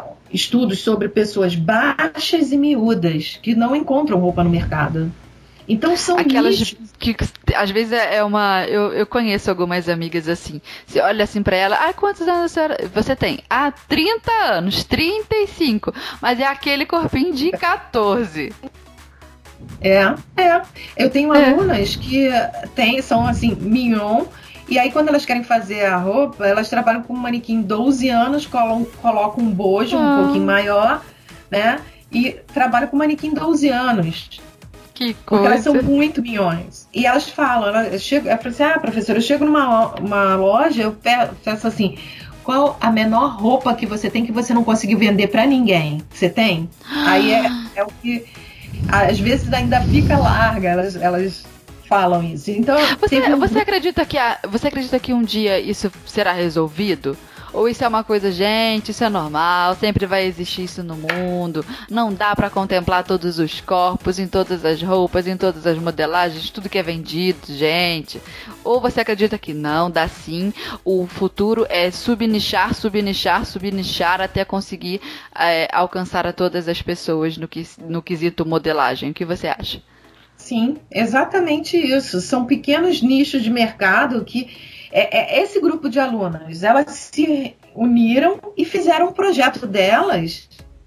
estudos sobre pessoas baixas e miúdas que não encontram roupa no mercado. Então são aquelas nichos. que, que às vezes é uma... Eu, eu conheço algumas amigas assim. Você olha assim pra ela, ah, quantos anos você tem? Ah, trinta anos, trinta e cinco. Mas é aquele corpinho de quatorze. É, é. Eu tenho É. alunas que tem, são assim, mignon, e aí quando elas querem fazer a roupa, elas trabalham com um manequim doze anos, colocam, colocam um bojo Ah. um pouquinho maior, né? E trabalham com manequim doze anos. Que Porque elas coisa. são muito mignons. E elas falam, ela chega, ela fala assim, ah, professora, eu chego numa uma loja, eu pe- peço assim, qual a menor roupa que você tem que você não conseguiu vender pra ninguém? Você tem? Aí é, é o que, às vezes ainda fica larga, elas, elas falam isso. Então, Você, teve um você, acredita que a, você acredita que um dia isso será resolvido? Ou isso é uma coisa, gente, isso é normal, sempre vai existir isso no mundo, não dá pra contemplar todos os corpos, em todas as roupas, em todas as modelagens, tudo que é vendido, gente? Ou você acredita que não, dá sim, o futuro é subnichar, subnichar, subnichar até conseguir é, alcançar a todas as pessoas no, que, no quesito modelagem? O que você acha? Sim, exatamente isso. São pequenos nichos de mercado que é, é, esse grupo de alunas, elas se uniram e fizeram um projeto delas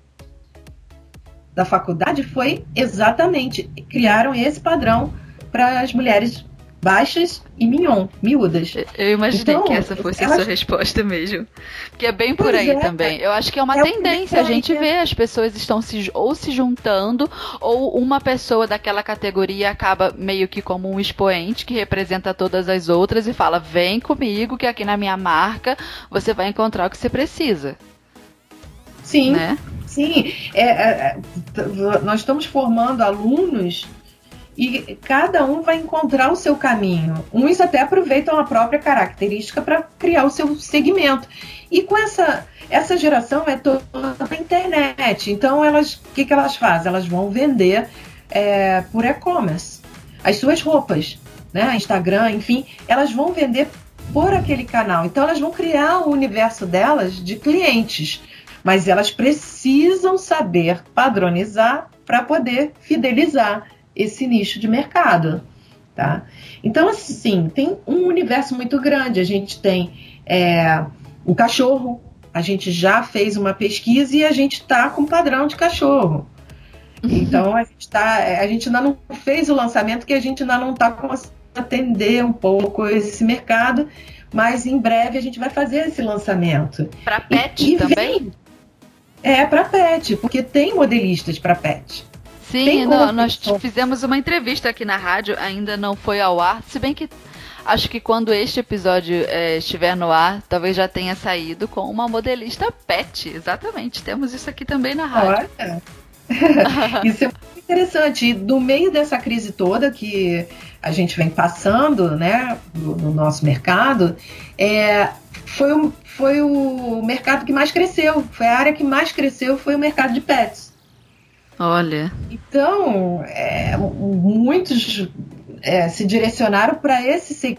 da faculdade, foi exatamente, criaram esse padrão para as mulheres baixas e mignon, miúdas. Eu imaginei Então, que essa fosse elas... a sua resposta mesmo. Porque é bem por Pois aí é, também. Eu acho que é uma é tendência. A gente é. vê as pessoas estão se, ou se juntando, ou uma pessoa daquela categoria acaba meio que como um expoente que representa todas as outras e fala, vem comigo que aqui na minha marca você vai encontrar o que você precisa. Sim, né? sim. É, é, nós estamos formando alunos e cada um vai encontrar o seu caminho. Uns até aproveitam a própria característica para criar o seu segmento. E com essa, essa geração é toda a internet. Então, elas, o que, que elas fazem? Elas vão vender é, por e-commerce as suas roupas, né? Instagram, enfim, elas vão vender por aquele canal. Então, elas vão criar o universo delas de clientes. Mas elas precisam saber padronizar para poder fidelizar esse nicho de mercado, tá? Então, assim, tem um universo muito grande. A gente tem é, o cachorro, a gente já fez uma pesquisa e a gente está com padrão de cachorro. Então, a gente, tá, a gente ainda não fez o lançamento, que a gente ainda não está conseguindo atender um pouco esse mercado, mas em breve a gente vai fazer esse lançamento. Para pet e, e também? Vem, é, para pet, porque tem modelistas para pet. Sim, não, nós fizemos uma entrevista aqui na rádio, ainda não foi ao ar, se bem que acho que quando este episódio é, estiver no ar, talvez já tenha saído com uma modelista pet, exatamente, temos isso aqui também na rádio. Olha, isso é muito interessante, e no meio dessa crise toda que a gente vem passando, né, no, no nosso mercado, é, foi, o, foi o mercado que mais cresceu, foi a área que mais cresceu, foi o mercado de pets. Olha. Então, é, muitos é, se direcionaram para esse segmento.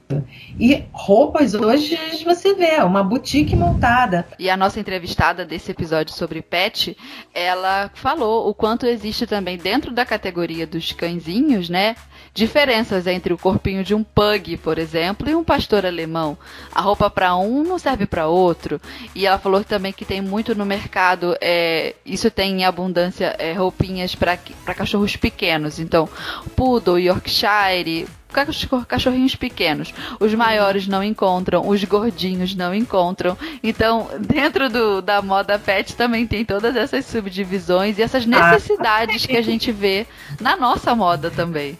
E roupas hoje você vê, uma boutique montada. E a nossa entrevistada desse episódio sobre pet, ela falou o quanto existe também dentro da categoria dos cãezinhos, né? Diferenças entre o corpinho de um pug, por exemplo, e um pastor alemão. A roupa para um não serve para outro. E ela falou também que tem muito no mercado, é, isso tem em abundância, é, roupinhas para cachorros pequenos. Então, poodle, Yorkshire, cachorrinhos pequenos. Os maiores não encontram, os gordinhos não encontram. Então, dentro do, da moda pet também tem todas essas subdivisões e essas necessidades que a gente vê na nossa moda também.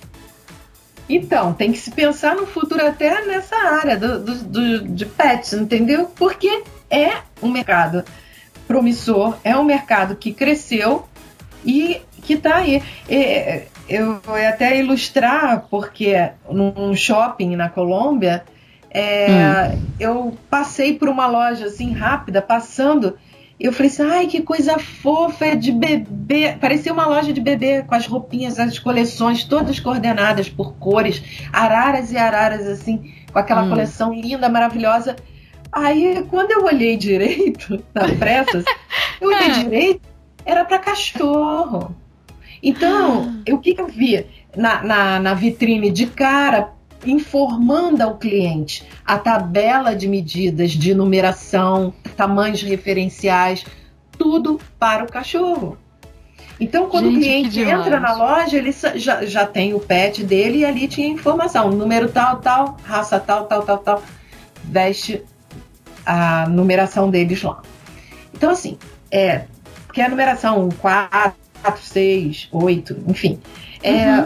Então, tem que se pensar no futuro até nessa área do, do, do, de pets, entendeu? Porque é um mercado promissor, é um mercado que cresceu e que está aí. É, eu vou até ilustrar, porque num shopping na Colômbia, é, hum. eu passei por uma loja assim rápida, passando, eu falei assim, ai, que coisa fofa, é de bebê. Parecia uma loja de bebê, com as roupinhas, as coleções todas coordenadas por cores, araras e araras, assim, com aquela hum. coleção linda, maravilhosa. Aí, quando eu olhei direito, na pressa, eu olhei direito, era para cachorro. Então, o que, que eu vi? na, na, na vitrine de cara, informando ao cliente a tabela de medidas, de numeração, tamanhos referenciais, tudo para o cachorro. Então, quando Gente, o cliente entra na loja, ele já, já tem o pet dele e ali tinha informação, número tal, tal, raça tal, tal, tal, tal, veste a numeração deles lá. Então, assim, é, que é a numeração quatro, seis, oito, enfim. É, uhum.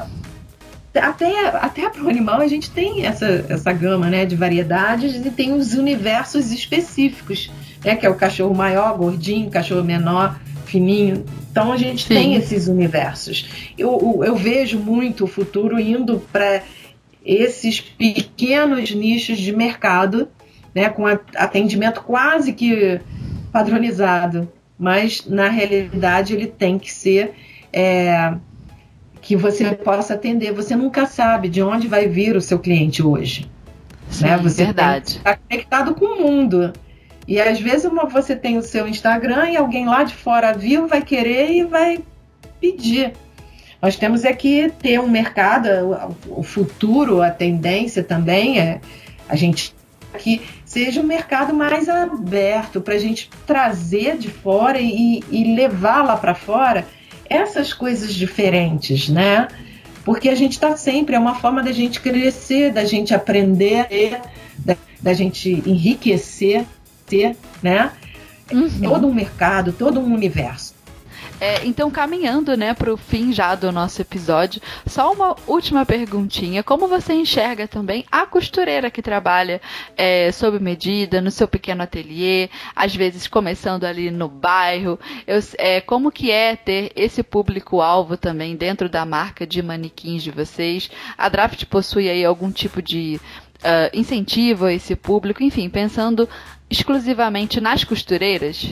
até, até para o animal a gente tem essa, essa gama, né, de variedades e tem os universos específicos, né, que é o cachorro maior, gordinho, cachorro menor, fininho. Então a gente Sim. tem esses universos. Eu, eu vejo muito o futuro indo para esses pequenos nichos de mercado, né, com atendimento quase que padronizado, mas na realidade ele tem que ser é, que você possa atender. Você nunca sabe de onde vai vir o seu cliente hoje. Sim, né? Você verdade. está conectado com o mundo. E às vezes uma, você tem o seu Instagram e alguém lá de fora viu, vai querer e vai pedir. Nós temos é que ter um mercado, o futuro, a tendência também é a gente que seja um mercado mais aberto para a gente trazer de fora e, e levar lá para fora essas coisas diferentes, né? Porque a gente está sempre, é uma forma da gente crescer, da gente aprender, da, da gente enriquecer, ter, né? Uhum. Todo um mercado, todo um universo. É, então, caminhando, né, para o fim já do nosso episódio, só uma última perguntinha. Como você enxerga também a costureira que trabalha é, sob medida, no seu pequeno ateliê, às vezes começando ali no bairro? Eu, é, como que é ter esse público-alvo também dentro da marca de manequins de vocês? A Draft possui aí algum tipo de uh, incentivo a esse público? Enfim, pensando exclusivamente nas costureiras?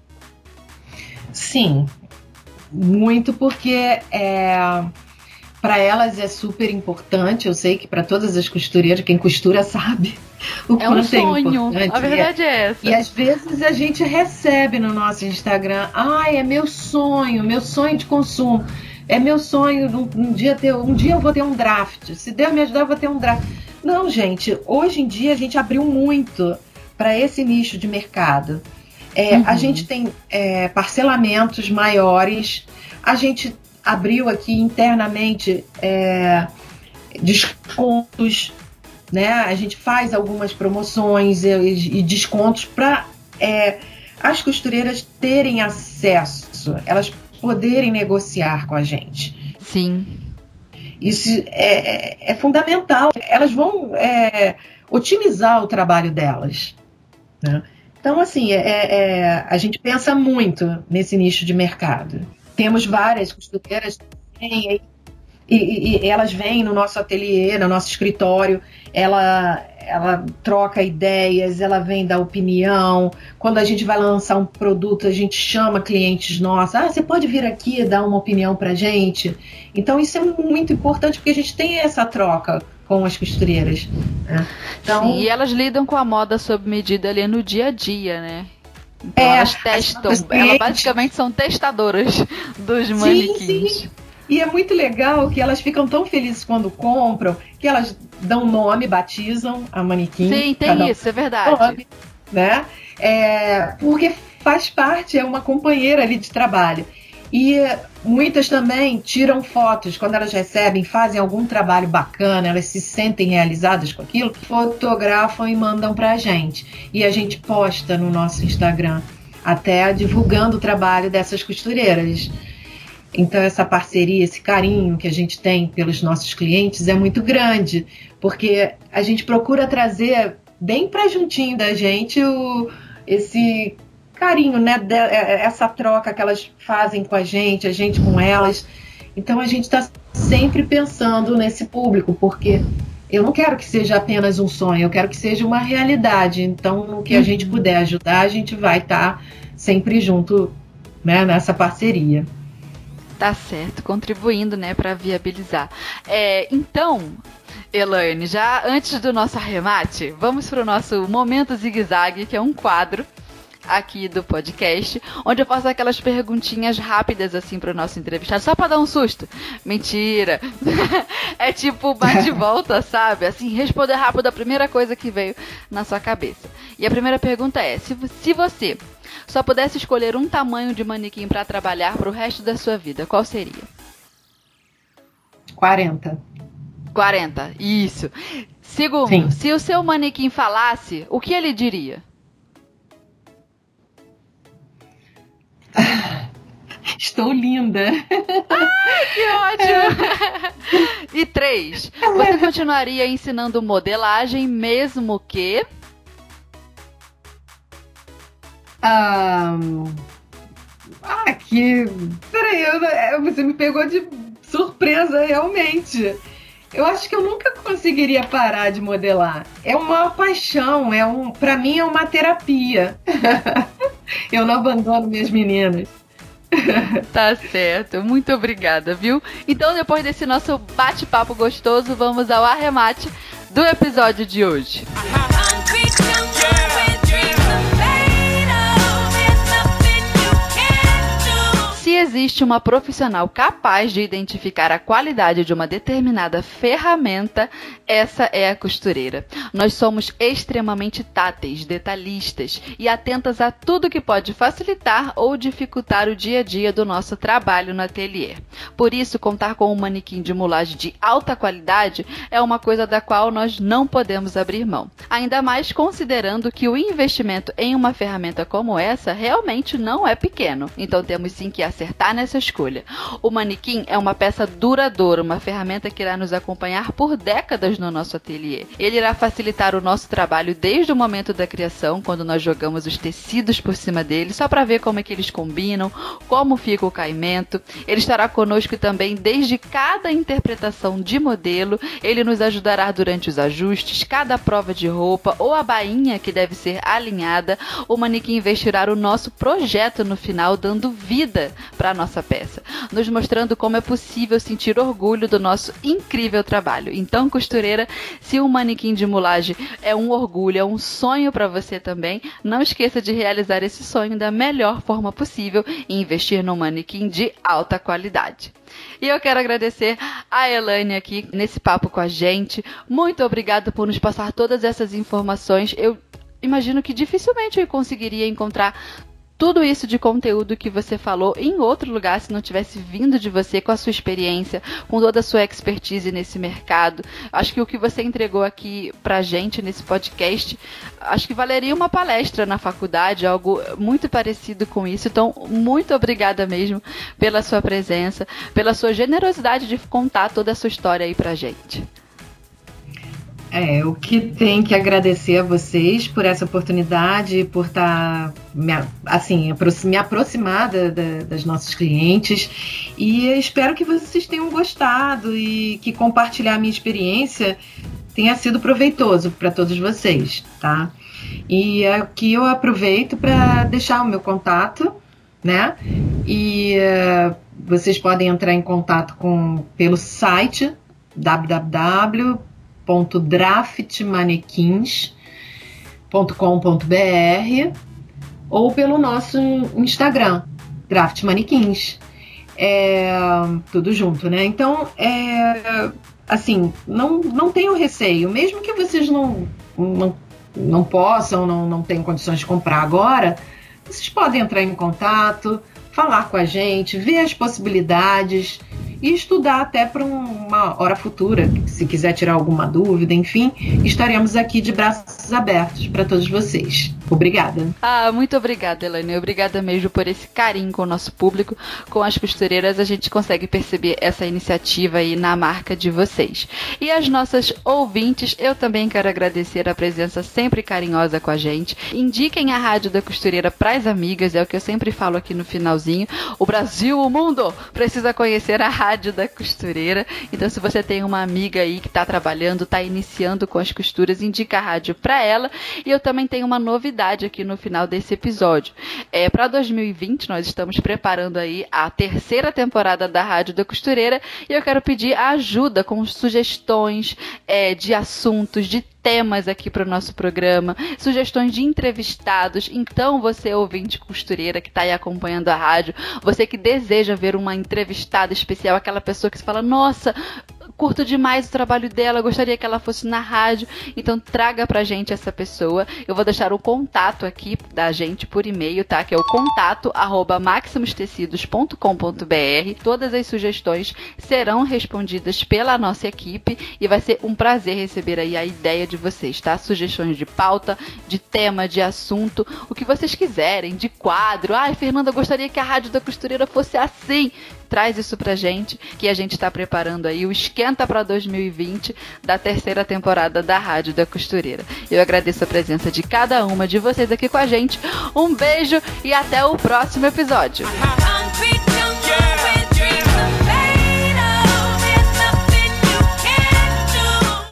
Sim. Muito, porque é, para elas é super importante. Eu sei que para todas as costureiras, quem costura sabe o é um quanto sonho. é importante. A verdade é, é essa. E às vezes a gente recebe no nosso Instagram: ai, é meu sonho, meu sonho de consumo. É meu sonho um, um dia ter, um dia eu vou ter um draft. Se Deus me ajudar, eu vou ter um draft. Não, gente, hoje em dia a gente abriu muito para esse nicho de mercado. É, uhum. A gente tem é, parcelamentos maiores, a gente abriu aqui internamente é, descontos, né? A gente faz algumas promoções e, e descontos para é, as costureiras terem acesso, elas poderem negociar com a gente. Sim. Isso é, é, é fundamental. Elas vão é, otimizar o trabalho delas, né? Então, assim, é, é, a gente pensa muito nesse nicho de mercado. Temos várias costureiras e, e, e elas vêm no nosso ateliê, no nosso escritório, ela, ela troca ideias, ela vem dar opinião. Quando a gente vai lançar um produto, a gente chama clientes nossos. Ah, você pode vir aqui e dar uma opinião pra gente? Então, isso é muito importante, porque a gente tem essa troca com as costureiras, né? Então, sim, e elas lidam com a moda sob medida ali no dia a dia, né? Então é, elas testam, elas basicamente são testadoras dos manequins. Sim, sim. E é muito legal que elas ficam tão felizes quando compram, que elas dão nome, batizam a manequim. Sim, tem isso, é verdade. Nome, né? É, porque faz parte, é uma companheira ali de trabalho. E muitas também tiram fotos, quando elas recebem, fazem algum trabalho bacana, elas se sentem realizadas com aquilo, fotografam e mandam pra gente. E a gente posta no nosso Instagram, até divulgando o trabalho dessas costureiras. Então essa parceria, esse carinho que a gente tem pelos nossos clientes é muito grande, porque a gente procura trazer bem pra juntinho da gente o, esse carinho, né, essa troca que elas fazem com a gente, a gente com elas. Então a gente está sempre pensando nesse público, porque eu não quero que seja apenas um sonho, eu quero que seja uma realidade. Então, no que a gente puder ajudar, a gente vai estar tá sempre junto, né, nessa parceria. Tá certo, contribuindo, né, para viabilizar. É, então, Elaine, já antes do nosso arremate, vamos para o nosso Momento Zigue-Zague, que é um quadro aqui do podcast, onde eu faço aquelas perguntinhas rápidas assim pro nosso entrevistado, só pra dar um susto. Mentira! É tipo bate-volta, sabe? Assim, responder rápido a primeira coisa que veio na sua cabeça. E a primeira pergunta é, se, se você só pudesse escolher um tamanho de manequim pra trabalhar pro resto da sua vida, qual seria? quarenta. quarenta, isso. Segundo, Sim. se o seu manequim falasse, o que ele diria? Estou linda. Ai, que ótimo. E três, você continuaria ensinando modelagem mesmo que... Um... Ah, que... Peraí, eu... você me pegou de surpresa, realmente. Eu acho que eu nunca conseguiria parar de modelar. É uma paixão, é um... pra mim é uma terapia. Eu não abandono minhas meninas. Tá certo, muito obrigada, viu? Então, depois desse nosso bate-papo gostoso, vamos ao arremate do episódio de hoje. Se existe uma profissional capaz de identificar a qualidade de uma determinada ferramenta, essa é a costureira. Nós somos extremamente táteis, detalhistas e atentas a tudo que pode facilitar ou dificultar o dia a dia do nosso trabalho no ateliê. Por isso, contar com um manequim de mulagem de alta qualidade é uma coisa da qual nós não podemos abrir mão. Ainda mais considerando que o investimento em uma ferramenta como essa realmente não é pequeno. Então temos sim que acertar nessa escolha. O manequim é uma peça duradoura, uma ferramenta que irá nos acompanhar por décadas no nosso ateliê. Ele irá facilitar o nosso trabalho desde o momento da criação, quando nós jogamos os tecidos por cima dele, só para ver como é que eles combinam, como fica o caimento. Ele estará conosco também desde cada interpretação de modelo. Ele nos ajudará durante os ajustes, cada prova de roupa ou a bainha que deve ser alinhada. O manequim vestirá o nosso projeto no final, dando vida para a nossa peça, nos mostrando como é possível sentir orgulho do nosso incrível trabalho. Então, costureira, se um manequim de mulagem é um orgulho, é um sonho para você também, não esqueça de realizar esse sonho da melhor forma possível e investir num manequim de alta qualidade. E eu quero agradecer a Elaine aqui nesse papo com a gente. Muito obrigada por nos passar todas essas informações. Eu imagino que dificilmente eu conseguiria encontrar tudo isso de conteúdo que você falou em outro lugar se não tivesse vindo de você, com a sua experiência, com toda a sua expertise nesse mercado. Acho que o que você entregou aqui pra gente nesse podcast, acho que valeria uma palestra na faculdade, algo muito parecido com isso. Então, muito obrigada mesmo pela sua presença, pela sua generosidade de contar toda a sua história aí pra gente. É, o que tem que agradecer a vocês por essa oportunidade, por estar, assim, me aproximar da, da, das nossas clientes, e espero que vocês tenham gostado e que compartilhar a minha experiência tenha sido proveitoso para todos vocês, tá? E aqui eu aproveito para deixar o meu contato, né? E uh, vocês podem entrar em contato com, pelo site w w w ponto draft manequins ponto com ponto b r ou pelo nosso Instagram, Draft Manequins. É, tudo junto, né? Então, é, assim, não, não tenham receio, mesmo que vocês não, não, não possam, não, não tenham condições de comprar agora, vocês podem entrar em contato, falar com a gente, ver as possibilidades e estudar até para uma hora futura, se quiser tirar alguma dúvida, enfim, estaremos aqui de braços abertos para todos vocês. Obrigada. Ah, muito obrigada, Elaine. Obrigada mesmo por esse carinho com o nosso público, com as costureiras. A gente consegue perceber essa iniciativa aí na marca de vocês. E as nossas ouvintes, eu também quero agradecer a presença sempre carinhosa com a gente. Indiquem a Rádio da Costureira para as amigas, é o que eu sempre falo aqui no finalzinho. O Brasil, o mundo, precisa conhecer a Rádio da Costureira. Então, se você tem uma amiga aí que está trabalhando, está iniciando com as costuras, indica a rádio para ela. E eu também tenho uma novidade aqui no final desse episódio. É, para dois mil e vinte, nós estamos preparando aí a terceira temporada da Rádio da Costureira e eu quero pedir a ajuda com sugestões é, de assuntos, de temas aqui para o nosso programa, sugestões de entrevistados. Então, você ouvinte costureira que está aí acompanhando a rádio, você que deseja ver uma entrevistada especial, aquela pessoa que se fala, nossa, curto demais o trabalho dela, gostaria que ela fosse na rádio, então traga pra gente essa pessoa. Eu vou deixar o contato aqui da gente por e-mail, tá? Que é o contato arroba maximus tecidos ponto com ponto b r. Todas as sugestões serão respondidas pela nossa equipe e vai ser um prazer receber aí a ideia de vocês, tá? Sugestões de pauta, de tema, de assunto, o que vocês quiserem, de quadro. Ai, Fernanda, gostaria que a Rádio da Costureira fosse assim. Traz isso pra gente, que a gente tá preparando aí o Esquenta para dois mil e vinte da terceira temporada da Rádio da Costureira. Eu agradeço a presença de cada uma de vocês aqui com a gente. Um beijo e até o próximo episódio.